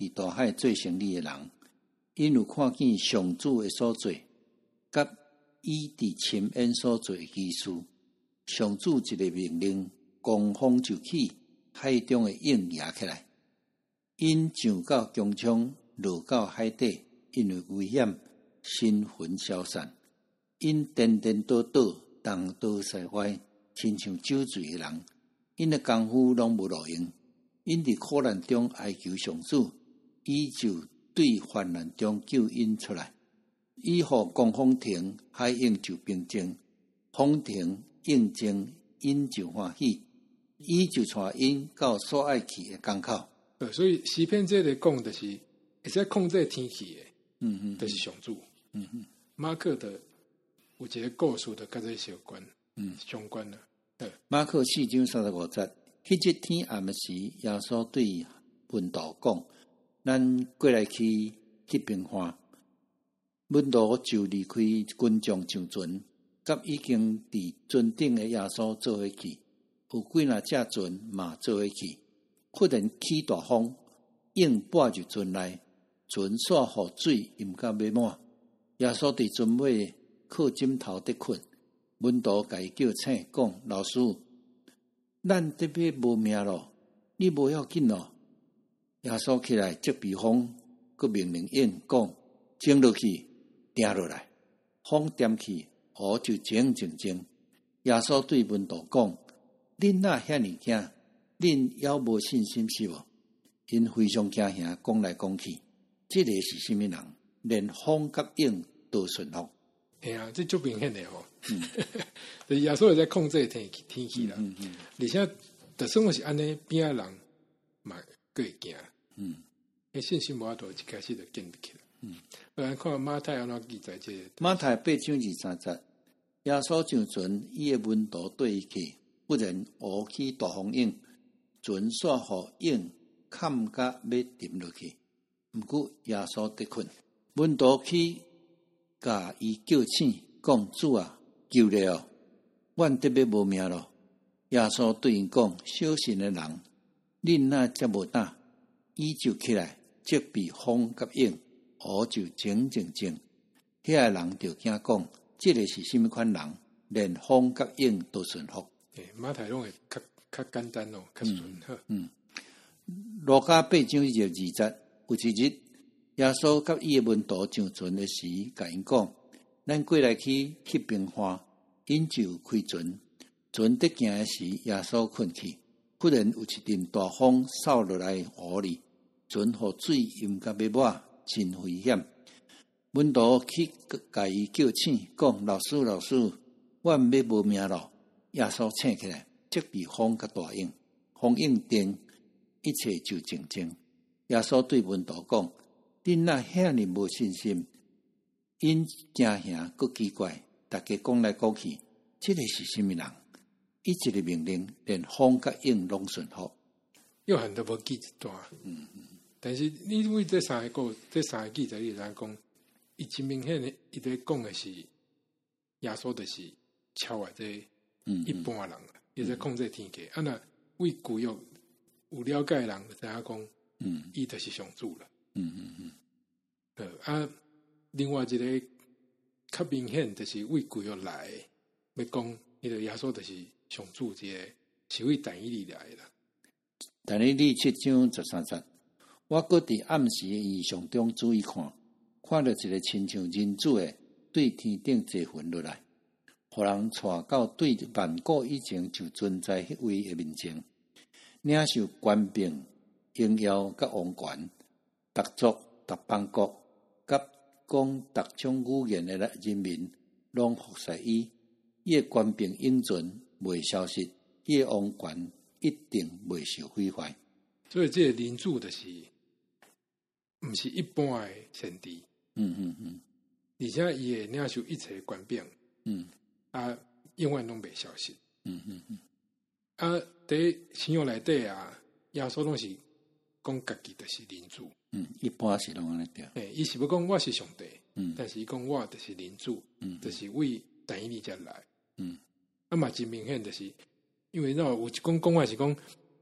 伫大海做生意诶人，因有看见上主诶所做，甲伊伫深渊所做诶奇事。上主一个命令，狂风就起，海中诶鹰压起来，因上到江冲，落到海底，因为危险，身魂消散。因颠颠倒倒，东倒西歪，亲像酒醉诶人。因诶功夫拢无路用，因伫苦难中哀求上主，伊就对患难中救因出来。伊互狂风停，海鹰就平静，风停鹰静，因就欢喜，伊就带因到所爱去诶港口。 对，所以诗篇这个讲的是会使控制天气的， 嗯嗯， 就是上主。 嗯嗯， 马克的有一个故事的跟这相关， 嗯， 相关的。对， 马可四章三十五节，迄日天暗时，耶稣对门徒讲：“咱过来去去平化。”门徒就离开群众上船，甲已经伫船顶的耶稣做伙去，有几若只船嘛做伙去。忽然起大风，鹰拨入船内，船煞互水淹甲尾满。耶稣伫船尾靠枕头伫困，门徒甲伊叫醒，讲：“老师，咱得要无命咯，你无要紧咯。”耶稣起来责备风，佮命令鹰讲：“静落去，停落来。”风点去，雨就静静静。耶稣对门徒讲：“恁哪遐尼惊？恁犹无信心是无？”因非常惊吓，讲来讲去，这个是什么人？连风甲鹰都顺服。 哎呀，这就明显的吼。嗯，就是耶稣也在控制天气天气啦。 嗯嗯， 而且就算我是安尼，边仔人嘛佫会惊。 嗯， 迄信心无法度一开始就建立起来。嗯，不然看马太安怎记载这个。 马太八章二三节，耶稣上船，伊诶门徒对伊去，忽然乌起大风涌，船煞互涌砍甲要沉落去。毋过耶稣得困，门徒去甲伊叫醒，讲：“主啊，救了哦，阮得要无命咯。”耶稣对因讲：“小心诶人，恁哪则无胆？”伊就起来，责备风甲鹰，雨就静静静。遐个人就惊讲：“这个是什么款人？连风甲鹰都顺服。” 诶，马太拢会较较简单咯，较顺好。 嗯，路加八章一二節，有一日，耶穌甲伊誒門徒上船誒時，甲因講：“咱過來去去平化。”因就開船，船得行誒時，耶穌困去。忽然有一陣大風掃落來河裡，船互水淹甲要滿，真危險。門徒去甲伊叫醒，講：“老師，老師，阮要無命咯！”耶穌醒起來，責備風甲大鷹，風應停，一切就靜靜。耶穌對門徒講：“恁哪遐尼無信心？”因驚嚇，佫奇怪，大家講來講去，這個是什麼人？伊一個命令，連風甲鷹攏順服。 有很多無記一段，嗯嗯。但是你因為這三個故，這三個記載裡來講，伊真明顯的，伊在講的是耶穌的是超越這一般人，伊、嗯嗯、在控制天氣。啊，那為舊約有了解的人就知影講，嗯，伊就是上主了。嗯嗯嗯。呃啊，另外一個較明顯就是為舊約來的，要講伊個耶穌就是上主，一個是為但以理來的。 但以理七章十三節，我閣佇暗時的異象中注意看，看到一個親像人子的對天頂坐魂落來，互人帶到對萬古以前就存在迄位的面前，領受權柄、榮耀甲王權，逐族、逐邦國，甲講逐種語言的人民，攏服侍伊。伊的權柄永存，袂消失；伊的王權一定袂受毀壞。 所以，這個人子就是毋是一般的先知。 嗯嗯嗯。 而且，伊會領受一切權柄。嗯。啊，永遠攏袂消失。 嗯嗯嗯。 啊，佇新約內底啊，耶穌攏是講家己就是人子。 嗯，一般是攏安尼對。 誒，伊是要講我是上帝。嗯。但是伊講我就是人子。嗯。就是為但以理才來。嗯。啊嘛，真明顯就是，因為那有一講講話是講，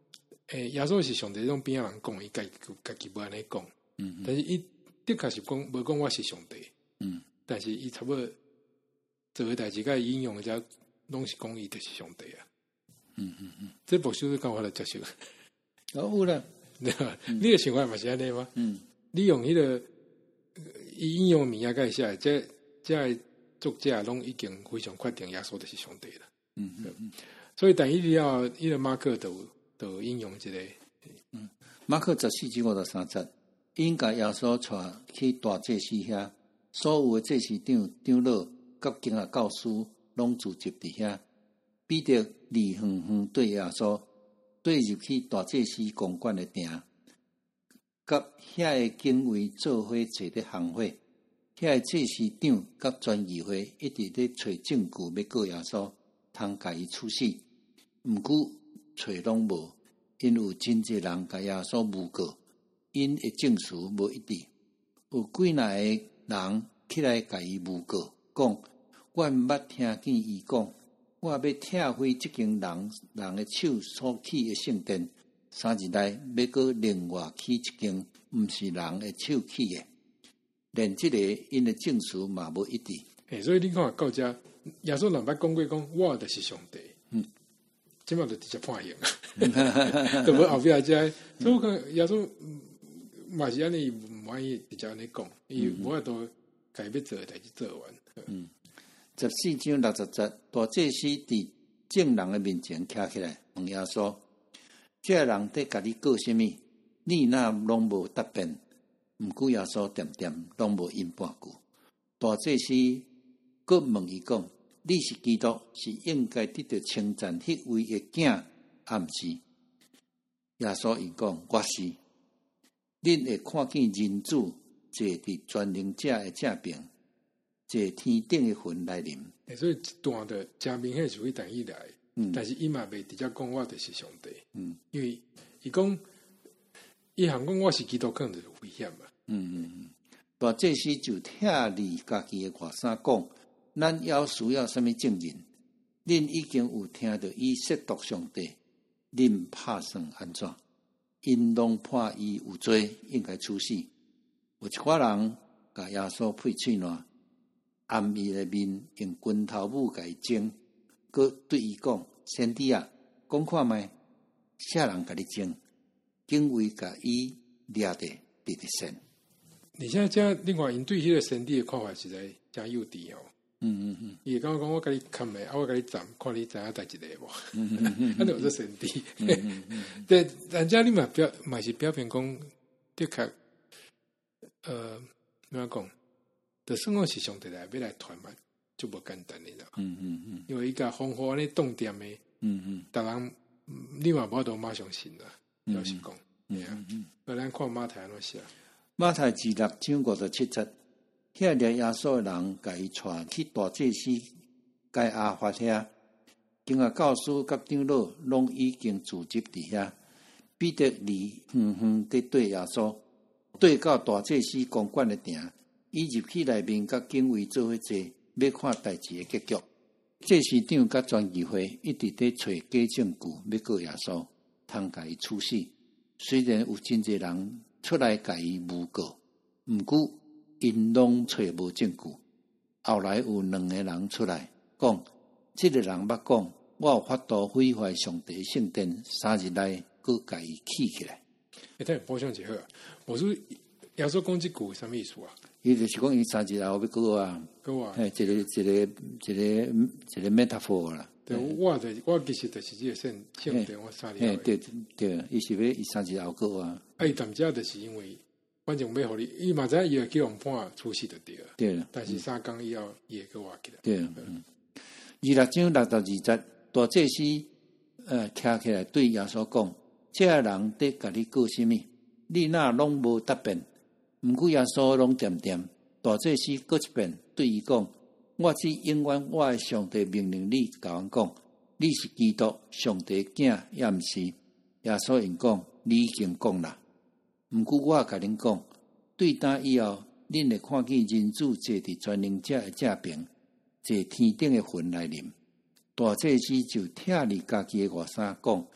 诶、欸，耶稣是上帝种边仔人讲，伊家己家己无安尼讲，嗯，但是伊的确是讲无讲我是上帝，嗯，但是伊差不多做诶代志，甲伊应用者拢是讲伊就是上帝啊，嗯嗯嗯，这部书是讲我来接受， 哦有啦， 对吧？嗯、你诶想法嘛是安尼吗？嗯，你用迄、那个伊应用物仔甲写，这这作者拢已经非常确定耶稣就是上帝了，嗯嗯嗯，所以但伊了伊个马克都都应用一个， 嗯，马克十四至五十三节。因甲耶稣带去大祭司遐，所有诶祭司长、长老、甲经学教师拢聚集伫遐。彼得离远远对耶稣对入去大祭司公馆诶埕，甲遐诶警卫做伙坐咧行会。遐诶祭司长甲全议会一直咧找证据要告耶稣，通甲伊处死。毋过找拢无，因有真侪人甲耶稣诬告。因诶证词无一致，有几若个人起来甲伊诬告，讲我毋捌听见伊讲，我要拆毁即间人人诶手所起诶圣殿，三日内要搁另外起一间，毋是人诶手起诶，连即个因诶证词嘛无一致。 诶，所以你看到遮，耶稣人捌讲过讲，我就是上帝，嗯，即马就直接判刑，都无后壁遮，所以我看耶稣。嘛是安尼，毋满意直接安尼讲，伊无法度家要做诶代志做完。嗯， 十四章六十节，大祭司伫众人诶面前徛起来，问耶稣：这个人伫甲你告什么？你若拢无答辩，毋过耶稣点点拢无应半句。大祭司佫问伊讲：你是基督，是应该得到称赞迄位诶囝，还毋是？耶稣伊讲：我是。恁会看见人子坐伫全能者诶正边，坐天顶诶云来临。 所以一段的真明显是为等伊来，嗯、但是伊嘛袂直接讲我就是上帝，嗯、因为伊讲伊行讲我是基督，可能就是危险嘛。嗯嗯嗯，大祭司就拆离家己诶外衫讲，咱要需要什么证人？恁已經有聽到伊褻瀆上帝，恁拍算安怎？因攏判伊有罪，應該處死。有一夥人甲耶穌配喙爛，暗伊的面用拳頭母甲伊蒸，佮對伊講：先知啊，講看覓，啥人甲你蒸？警衛甲伊掠得直直線。 而且這另外因對迄個先知的看法實在真幼稚哦。嗯嗯嗯，伊會感覺講我甲你砍誒，啊我甲你斬，看你知影代一個無？嗯嗯嗯，安尼有做先知。嗯嗯但人家你嘛表嘛是表面講，的確，呃，怎樣講？就算我是上帝來要來傳嘛，就無簡單誒啦。嗯嗯嗯，因為伊甲方法安尼動點誒，嗯嗯，逐人你嘛無法度馬上信啦，老實講。嗯嗯嗯，那咱看馬太安怎寫？ 馬太二六章五十七節。遐掠耶穌誒人，甲伊帶去大祭司該亞法遐，經學教師甲長老攏已經聚集佇遐。彼得離遠遠地對耶穌，對到大祭司公館誒埕，伊入去內面，甲警衛做伙坐，要看代志誒結局。祭司長甲全議會一直咧找假證據，要告耶穌，通甲伊處死。雖然有真濟人出來甲伊誣告，毋過因攏找無證據，後來有兩個人出來講，這個人捌講，我有法度毀壞上帝聖殿，三日內閣甲伊起起來。 誒，等下補充一下，我說耶穌講這句什麼意思啊？ 伊就是講伊三日後要告啊，告啊，係一個一個一個一個 metaphor 啦。 對，我就我其實就是這個聖聖殿，我三日後。 對對，伊是要伊三日後告啊。 啊，伊淡遮就是因為。反正要互你，伊嘛知影伊會去互判處死就對了。對了，但是三工以後，伊會去活起來。 對了，嗯。二六章六十二節，大祭司呃徛起來對耶穌講：這個人在甲你告什麼？你若攏無答辯。毋過耶穌攏點點，大祭司閣一遍對伊講：我只永遠我的上帝命令你甲阮講，你是基督上帝囝，也毋是。耶穌因講：你已經講啦。毋過我甲恁講，對打以後，恁會看見人子坐佇全能者的正邊，坐天頂的雲來臨。大祭司就拆離家己的外衫，講：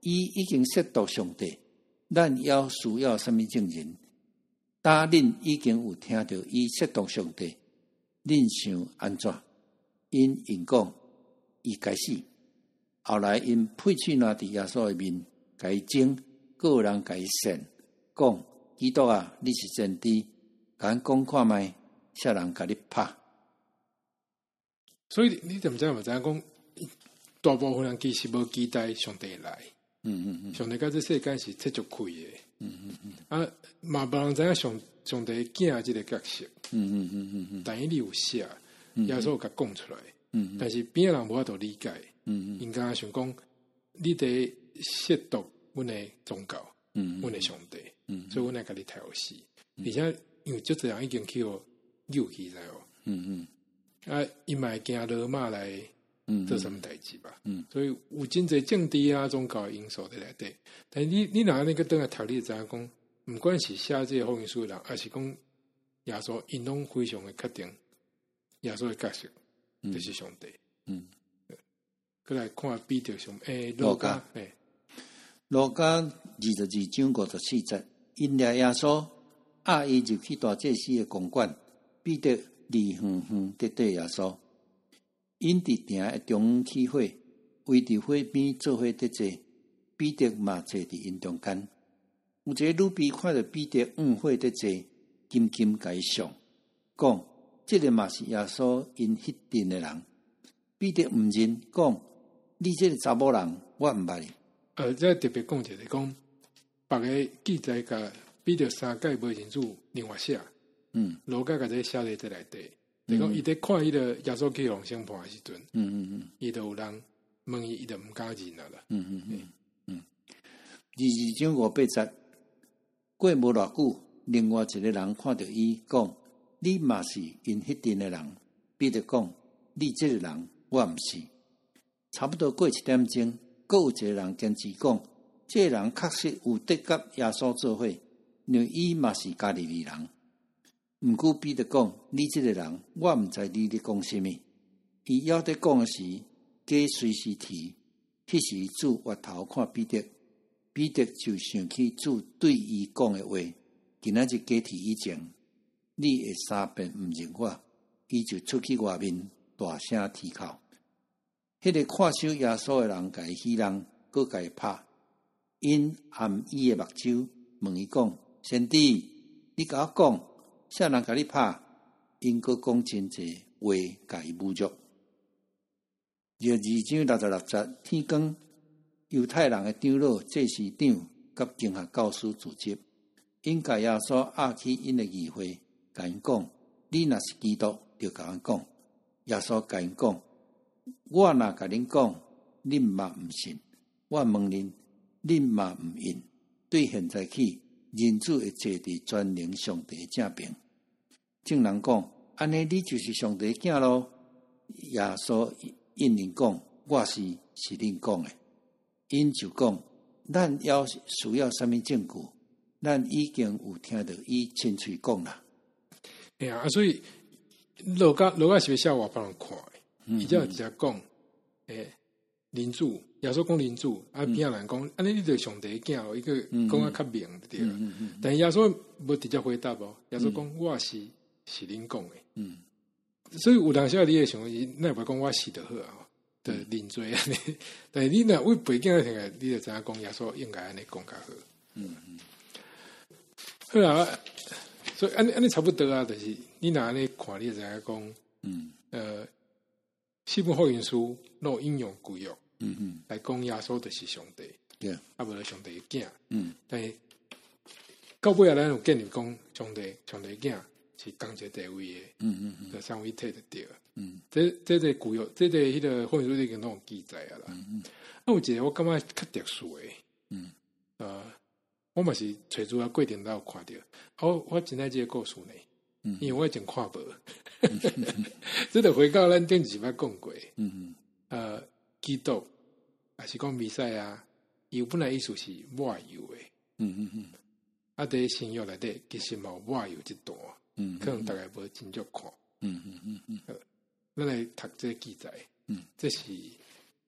伊已經褻瀆上帝，咱要需要什麼證人？當恁已經有聽到伊褻瀆上帝，恁想安怎？因因講伊該死，後來因配喙拿佇耶穌的面，該爭，個人該善講，基督啊，你是真知，敢講看覓，啥人甲你拍？ 所以你怎麼知嘛？知影講，大部分人其實無期待上帝來。嗯嗯嗯，上帝甲這世界是切足開嘅。嗯嗯嗯，啊，嘛無人知影上上帝囝即個角色。嗯嗯嗯嗯嗯，但伊有寫，耶穌甲講出來。嗯，但是邊個人無法度理解。嗯嗯，應該想講，你哋褻瀆阮嘅宗教，嗯，阮嘅上帝。嗯，所以阮來甲你睇好死。而且因為足儕人已經去互扭起來哦。嗯嗯。啊，伊嘛會驚羅馬來做什麼代志吧？嗯，嗯，所以有真濟政治啊、宗教因素在內底。但是你你若安尼個轉來讀，你就知影講，毋管是寫這個福音書的人，還是講耶穌，因攏非常的確定耶穌的角色就是上帝。嗯，過來看彼得上，誒，路加，誒， 路加二十二章五十四節，因掠耶穌，押伊入去大祭司的公館，彼得離遠遠直對耶穌，因佇亭的中起火，圍佇火邊做伙得坐，彼得嘛坐佇因中間。有一個女婢看着彼得往火得坐，緊緊甲伊上，講：這個嘛是耶穌因迄陣的人。彼得毋認，講：你這個查某人，我毋捌你。 呃，再特別講一下，講別個記載甲彼得三界無清楚另外寫。嗯，路加甲這寫在這內底，就講伊在看迄個耶穌去往審判的時陣，嗯嗯嗯，伊就有人問伊，伊就毋敢認啦啦。嗯嗯嗯嗯。 二二章五八節，過無偌久，另外一個人看到伊，講：你嘛是因迄陣的人。彼得講：你這個人，我毋是。差不多過一點鐘，閣有一個人堅持講：這個人確實有得甲耶穌做伙，因為伊嘛是加利利人。毋過彼得講：你這個人，我毋知你咧講啥物。伊要得講的時，雞隨時啼。迄時主回頭看彼得，彼得就想起主對伊講的話：今仔日雞啼以前，你會三遍毋認我。伊就出去外面大聲啼哭。迄、那個看守耶穌的人，甲伊戲弄，閣甲伊拍，因含伊的目睭，問伊講：先知，你甲我講。啥人甲你拍？因閣講真濟話，甲伊侮辱。廿二章六十六節，天光，猶太人的長老、祭司長甲經學教師聚集，因甲耶穌押去因的議會，甲因講：你若是基督，就甲阮講。耶穌甲因講：我若甲恁講，恁嘛毋信；我問恁，恁嘛毋應。對現在起，人子會坐佇全能上帝正邊。眾人講：安尼你就是上帝囝咯。耶穌應因講：我是是恁講的。因就講：咱要需要什麼證據？咱已經有聽到伊親嘴講啦。 哎呀，啊，所以路加路加是寫話幫人看的，伊只直接講：誒，人子，耶穌講人子，啊，邊個人講？安尼你就上帝囝咯，伊個講啊較明對啦。但耶穌無直接回答哦，耶穌講：我是。是恁講的，嗯，所以有當時你會想，那唔係講我是就好啊，就認罪安尼。但係你若為背景嚟聽，你就知影講耶穌應該安尼講較好。嗯嗯。好啦，所以安尼安尼差不多啊，就是你若安尼看，你就知影講，嗯，呃，四本福音書攞引用舊約，嗯嗯，來講耶穌就是上帝，對，啊無就上帝嘅囝，嗯，但係到尾啊，咱有建立講上帝上帝囝。是同一地位的，嗯嗯嗯，三位一體的對，嗯，這這個舊約，這個迄個福音書已經攏有記載啊啦，嗯嗯，啊有一個我感覺較特殊的，嗯，呃，我嘛是隨住啊過程都有看到，我我真愛這個故事呢，嗯，因為我以前看無，這個回到咱頂幾擺講過，嗯嗯，呃，基督還是講彌賽亞，伊本來意思是抹油的，嗯嗯嗯，啊在新約內底其實冇抹油這段。嗯，可能大概無真足看。嗯嗯嗯嗯，咱來讀這個記載。嗯，這是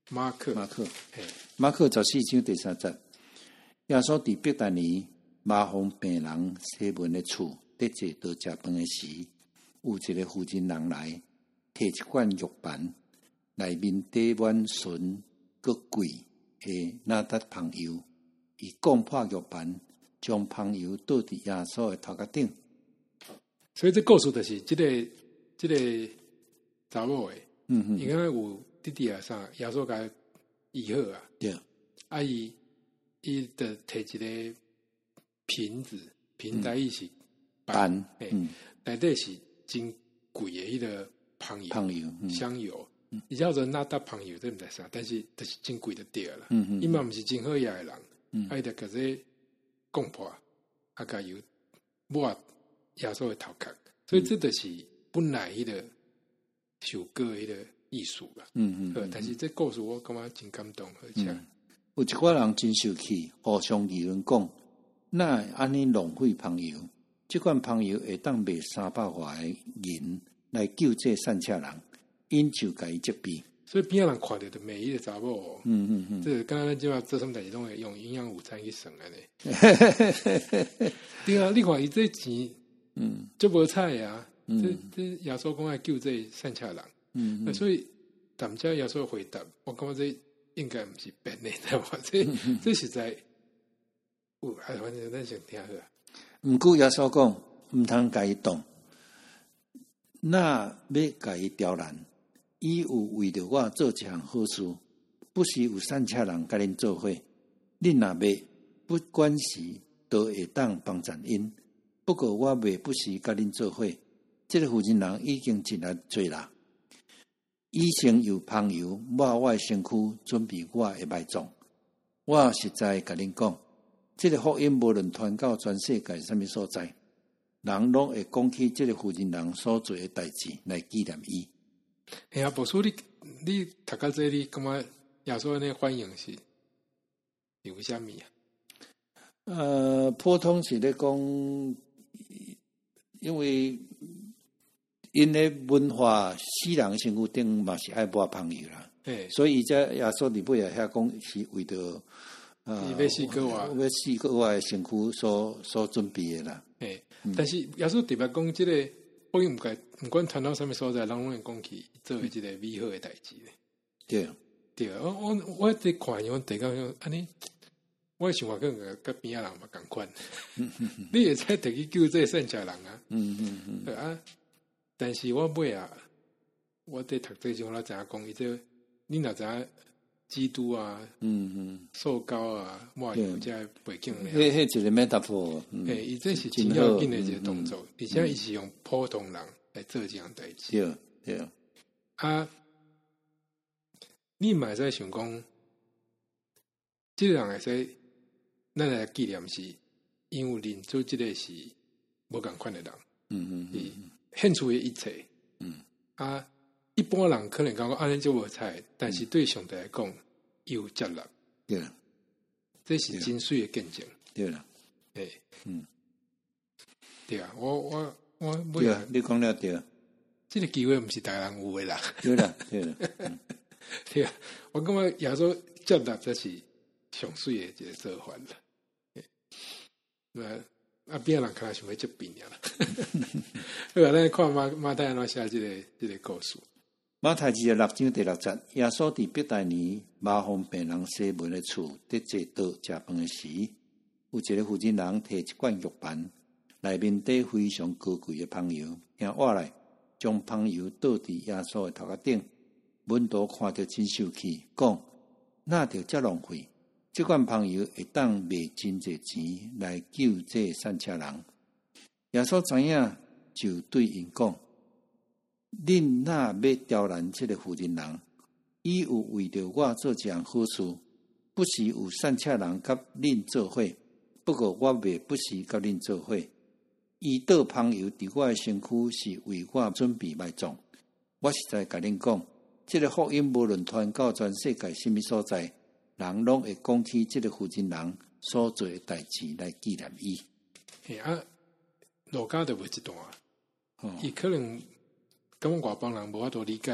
马克， 马克，马克十四章第三节，耶稣伫伯大尼麻风病人西门的厝，伫坐倒食饭的时，有一个妇人人来，摕一罐药盘，内面滴满纯佮贵的哪达香油，伊讲破药盘，将香油倒伫耶稣的头壳顶。 所以这故事就是这个这个查某的，嗯嗯，因为有弟弟啊啥，耶稣甲医好啊， 对， 啊伊伊就摕一个瓶子，瓶仔伊是板， 嗯，内底是真贵的迄个香油， 香油，嗯、 香油，伊叫做哪达香油，这毋知啥，但是就是真贵的对啦，嗯嗯，伊嘛毋是真好野的人，嗯，啊伊就甲这讲破，啊甲油抹耶稣的头壳，所以这就是本来迄个首歌迄个艺术啦，嗯嗯，但是这故事我感觉真感动，而且、嗯、 有一寡人真受气，互相议论讲，那安尼浪费香油，这款香油会当卖三百外的银来救这散车人，因就甲伊责备。 所以边仔人看到就骂伊个查某、哦，嗯嗯嗯，这刚刚即马做什么代志拢会用营养午餐去算安尼。对啊，你看伊这钱，嗯，就无彩啊。嗯、这这耶稣讲爱救这散车人，嗯, 嗯，所以咱家耶稣回答，我感觉这应该毋是变的，对吧？这、嗯、这实在，有还反正咱想听好。 毋过耶稣讲，毋通甲伊动，那要甲伊刁难。伊有为着我做一项好事，不是有散车人甲恁做伙，恁若要不管时都会当帮助因。不过我袂不时甲恁做伙，这个负责人已经进来做啦。以前有香油抹我的身躯，准备我的埋葬。我实在甲恁讲，这个福音无论传到全世界什么所在，人拢会讲起这个负责人所做的代志来纪念伊。 哎呀，博士，你你读到这里，感觉耶稣的反应是有啥物啊？ 呃，普通是咧讲，因为因的文化，死人身躯顶嘛是爱抹香油啦，所以这耶稣里尾也遐讲是为着呃，要死个话， 要死个话的身躯所所准备的啦。 哎，但是耶稣特别讲这个。福音唔该，唔管传到什么所在，人拢会讲起做一个美好的代志咧。 对对，我我我伫看样地讲安尼，我想法跟个跟边仔人嘛共款。你会使摕去救这散车人啊？嗯嗯嗯。对啊，但是我尾啊，我伫读这种，我知影讲伊这，你若知影基督啊，嗯嗯，受膏啊，抹油这背景咧。 迄迄一个 metaphor， 诶，伊这是真要紧的一个动作，而且伊是用普通人来做这样代志。 对对。 啊，你嘛会使想讲，这个人会使，咱来纪念是，因为认做这个是无共款的人。嗯嗯嗯。献出的一切。嗯。啊。一般人可能感觉安尼就无彩，但是对上帝来讲，有接纳。 对啦， 这是真水的见证。 对啦， 诶，嗯，对啊，我我我， 对啊，你讲了对啊， 这个机会毋是大人有的啦。 对啦，对啦，嗯、 对啊，我感觉耶稣接纳这是上水的一个做法啦。那啊，边人可能想要接病了。好啊，咱看马马太安怎写这个这个故事。 马太二十六章第六节，耶穌伫伯大尼麻風病人西門的厝，伫坐倒食飯的時，有一個負責人摕一罐藥盤，內面底非常高貴的香油，向挖來，將香油倒佇耶穌的頭殼頂。門徒看到真受氣，講：哪着遮浪費？這罐香油會當賣真濟錢來救這散車人。耶穌知影，就對因講。恁若要刁難這個負責人，伊有為着我做一項好事，不是有散車人甲恁做伙，不過我袂不是甲恁做伙。伊倒香油佇我的身軀，是為我準備埋葬。我實在甲恁講，這個福音無論傳到全世界什麼所在，人攏會講起這個負責人所做的代志來紀念伊。 嘿啊，路加就無一段啊，伊、哦、可能。咁外邦人無法度理解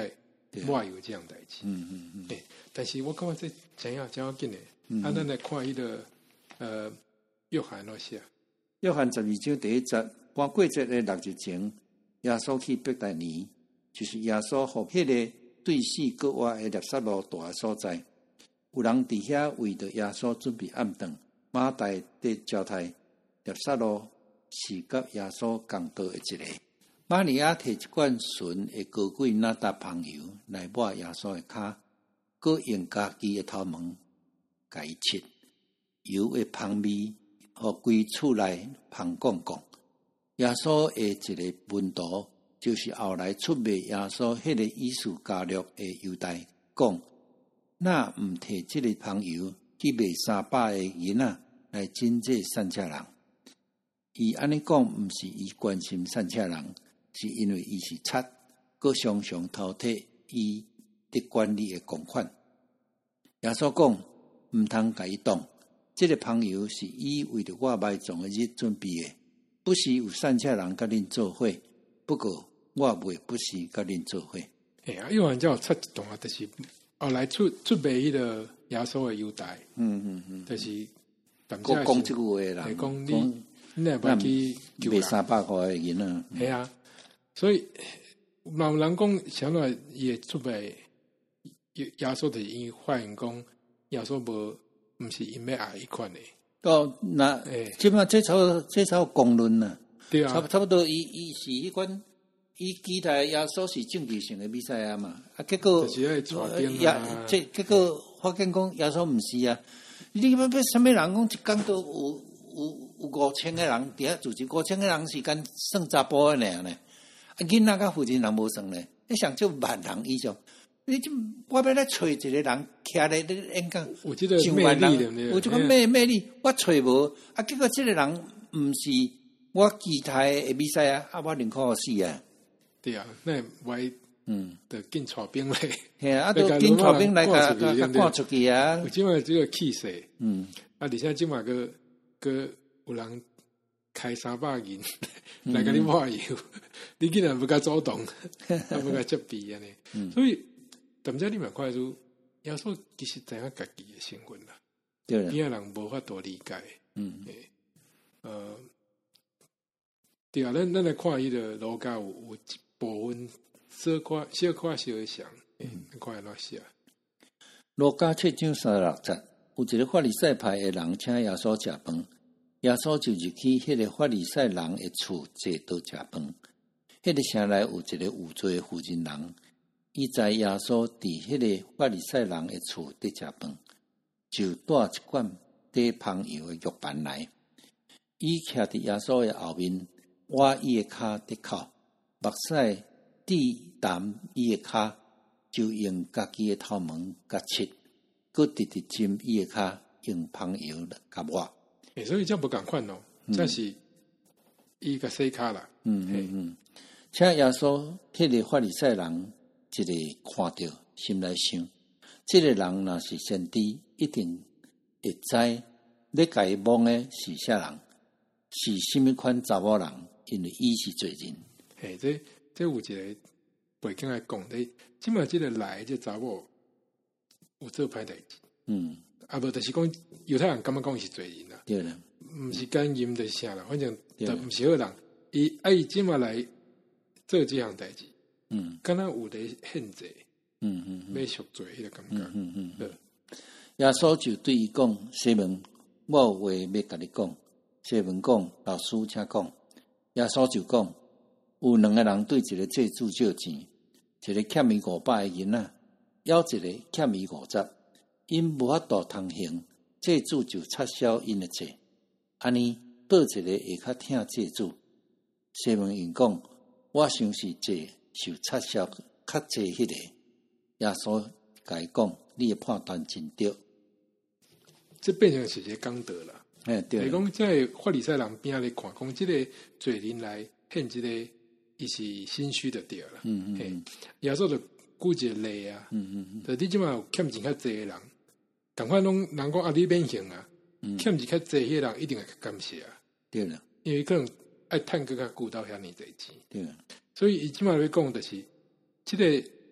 我有这样代志。嗯嗯嗯。欸，但是我感觉这怎样怎样紧诶。嗯。啊，咱来看伊个呃约翰那些。 约翰十二章第一节，半过节的六日前，耶稣去伯大尼，就是耶稣和迄个对死搁活的拿撒勒住的所在。有人伫遐为着耶稣准备暗顿，马大伫交代拿撒勒是甲耶稣共道的一个。玛利亚摕一罐纯的高贵纳达香油来抹耶稣的骹，搁用家己的头毛甲伊拭，油的香味互规厝内香滚滚。耶稣的一个门徒，就是后来出卖耶稣迄个以斯加略的犹大讲，那毋摕即个香油去卖三百个银仔来真这散车人。伊安尼讲，毋是伊关心散车人，是因为伊是贼，佮常常偷摕伊伫管理的公款。耶稣讲，毋通甲伊动，即、這个香油是伊为着我埋葬的日准备的，不是有散车人甲恁做伙，不过我袂不是甲恁做伙。 哎呀，约翰才有出一段，就是后来出出卖迄个耶稣的犹大，嗯嗯嗯，就是讲讲即句话啦， 系讲你你也袂去救人， 三百块的银啊， 系啊，所以有人讲，想来伊会出卖耶稣，就是因为发现讲耶稣无毋是因要爱伊款的。 哦，那即嘛这操这操公论啦， 对啊， 差差不多伊伊是迄款。伊期待耶稣是政治性的比赛啊嘛，啊结果也这结果发现讲耶稣毋是啊，你要要啥物人讲一工都有有有五千个人伫遐组织，五千个人是干算查甫诶尔呢，啊囡仔甲负责人无算呢，你上少万人以上，你就我要来找一个人徛咧咧演讲， 有即个魅力， 有即个魅魅力，我找无，啊结果即个人毋是我期待诶比赛啊，啊我宁可死啊！ 对啊，那歪嗯，得紧带兵来， 系啊，都紧带兵来甲甲赶出去啊！ 有即卖即个气势，嗯，啊，而且即卖个个有人开三百银来甲你抹油，你竟然不甲主动，啊不甲接币安尼，所以踮遮你嘛看出，耶稣其实知影家己的身份啦， 对啦， 边仔人无法度理解，嗯，呃，对啊，咱咱来看伊个路加有有一部分小可小可小的像，嗯，看安怎写。 路加七章三十六节，有一个法利赛派的人请耶稣食饭，耶稣就入去迄个法利赛人的厝坐倒食饭。迄个城内有一个有罪的妇人人，伊知耶稣伫迄个法利赛人的厝伫食饭，就带一罐底香油的玉盘来，伊徛伫耶稣的后面，挖伊的骹伫口。目屎滴淡伊的骹，就用家己的头毛甲拭，佮直直浸伊的骹，用香油甲抹。 诶，所以这无共款咯，这是伊甲洗骹啦。嗯嗯嗯。 请耶稣迄个法利赛人一个看着，心内想，即、這個人若是先知，一定會知咧甲伊摸的是啥人，是甚物款查某人，因为伊是罪人。 嘿，这这有一个背景来讲，你即马即个来这查某有做歹代志，嗯，啊无就是讲犹太人感觉讲是罪人啦， 对啦， 毋是奸淫就是啥啦，反正就毋是好人。伊啊伊即马来做即项代志，嗯，敢若有咧限制，嗯嗯，要赎罪迄个感觉，嗯嗯嗯。 耶稣就对伊讲：西门，我有话要甲你讲。西门讲：老师请讲。耶稣就讲。有两个人对一个债主借钱，一个欠伊五百个银仔，还一个欠伊五十，因无法度通行，债主就撤销因的债。安尼，倒一个会较疼债主？西门因讲，我想是债受撤销较济迄个。耶稣甲伊讲，你的判断真对。 这变成是一个公道啦。 哎，对。 是讲，这法利赛人边仔咧看，讲这个罪人来骗这个。伊是心虚的对啦，嗯嗯，耶稣就举一个例啊，嗯嗯嗯，就你即马有欠钱较济的人，赶快拢人讲啊，你免刑啊，嗯、欠钱较济迄人一定会感谢啊， 对啦， 因为可能爱趁更较久到遐尼济钱， 对啦， 所以伊即马要讲的是，即、這個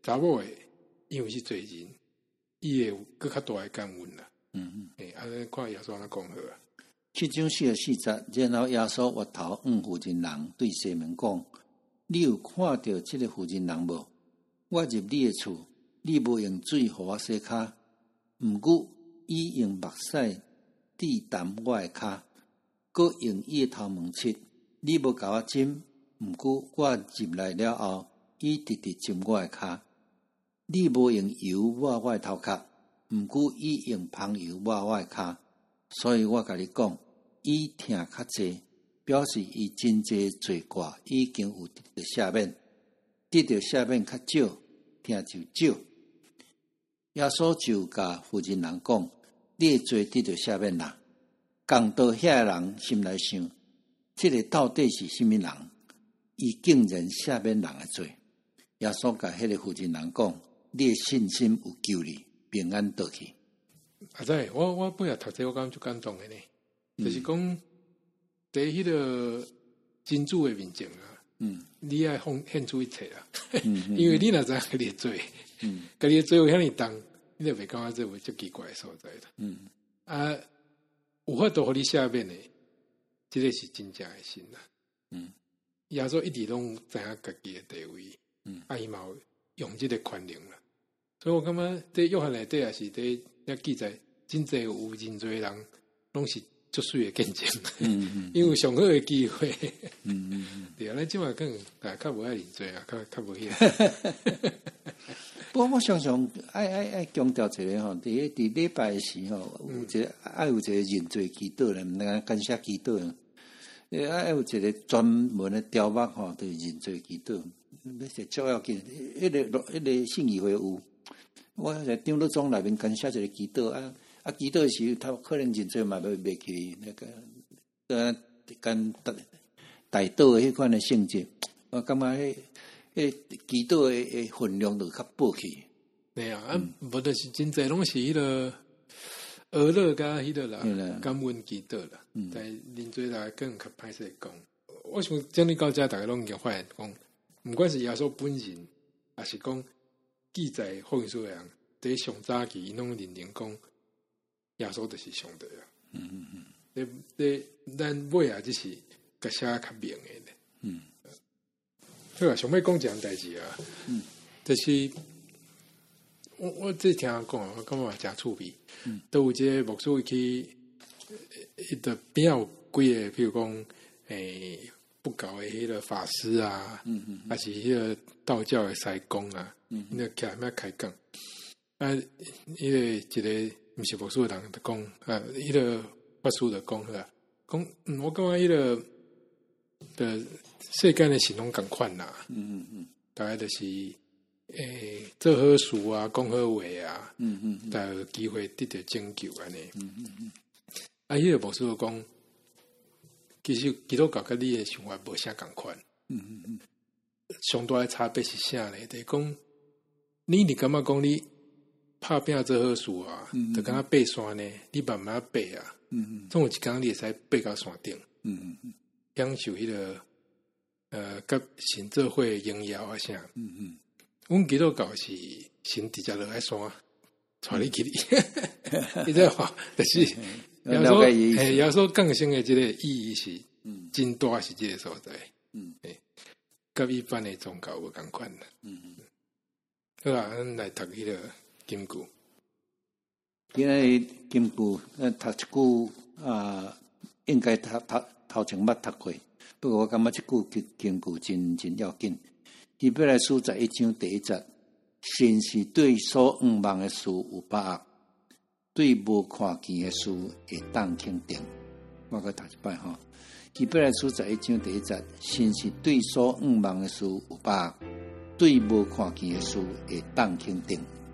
查某诶，因为是罪人，伊会有更较大诶感恩啦。嗯嗯，诶，安尼看耶稣安怎讲好啊？ 七章四十四节，然后耶稣回头向负责人对西门讲：你有看到这个负责人无？我入你诶厝，你无用水互我洗骹，毋过伊用目屎滴淡我诶骹，搁用伊诶头毛拭，你无甲我浸，毋过我入来了后，伊直直浸我诶骹。你无用油抹我诶头壳，毋过伊用香油抹我诶骹，所以我甲你讲，伊听较济，表示伊真济罪过已经有得到赦免，得到赦免较少，听就少。耶稣就甲负责人讲：你诶罪得到赦免啦。共到遐人心内想，这个到底是甚物人？伊竟然赦免人诶罪。耶稣甲迄个负责人讲：你诶信心有救你，平安倒去。 啊，在我我本来读这我感就感动诶呢，嗯、就是讲在迄个真主诶面前啊，嗯，你爱奉献出一切啊，嗯嗯、因为你若知影家己做，嗯，家己做有遐尼重，你就袂感觉这为足奇怪诶所在啦，嗯，啊，有法度互你赦免诶，这个是真正诶神啦，嗯，耶稣一直拢知影家己诶地位，嗯，啊，伊嘛用这个权能啦。所以我感觉在约翰内底也是在遐记载，真侪有真侪人拢是足水的见证，嗯嗯、因为上好的机会，嗯嗯嗯、对啊，咱即马更啊较无爱认罪啊，较较无遐。 不过我常常爱爱爱强调一个吼，伫迄伫礼拜时吼，有一个爱有一个认罪祈祷啦，毋能感谢祈祷，诶爱有一个专门的条目吼，就是认罪祈祷，那是足要紧。迄个迄个信义会有。我在张罗中内面跟写一个祈祷啊，啊祈祷时，他可能认罪嘛，袂袂去那个呃跟大道的迄款的性质，我感觉迄迄祈祷的诶分量就较薄去。 对啊，啊无就是真侪拢是迄个娱乐甲迄个啦，感恩祈祷啦，嗯、但认罪来更较歹势讲。我想整理到遮，大家拢已经发现讲，毋管是耶稣本人，还是讲。记载福音书的人，在上早期，伊拢认定讲耶稣就是上帝啊。嗯嗯嗯。这这咱尾啊，只是甲写较明的咧。嗯。好啊，想要讲一件代志啊。嗯。就是我我这听人讲，我感觉真趣味。嗯。都有一个牧师去，伊的边有几个，譬如讲，诶、欸。不搞的迄个法师啊，嗯嗯，还是迄个道教的师公啊，嗯，那起来咩开讲，啊，迄个一个毋是牧师的人就讲，啊，迄个法师就讲呵，讲，嗯，我感觉迄个的世间的神拢共款啦，嗯嗯嗯，大概就是诶做好事啊，讲好话啊，嗯嗯嗯，才有机会得到拯救安尼，嗯嗯嗯，啊，迄个牧师就讲。其實基督教甲你的想法無啥共款，嗯嗯嗯，上大的差別是啥咧？就是講你你感覺講你拍拼做好事啊，嗯嗯就敢若爬山呢，你慢慢爬啊，嗯嗯，總有一天你會使爬到山頂，嗯嗯嗯，享受迄、那個呃甲神做伙榮耀啊啥，嗯嗯，阮基督教是神直接落來山，帶你去哩，你知話就是。耶穌誒，耶穌降生的這個意義是，嗯，真大是這個所在，嗯，誒，甲一般的宗教無共款啦，嗯嗯，好啦，咱來讀迄個金句。今日金句，咱讀一句啊，應該頭頭頭前捌讀過，不過我感覺這句金句真真要緊。希伯來書十一章第一節，神是對所仰望的事有把握。對無看見的事會當肯定，我再讀一擺吼。希伯來書十一章第一節，神是對所仰望的事有把握，對無看見的事會當肯定。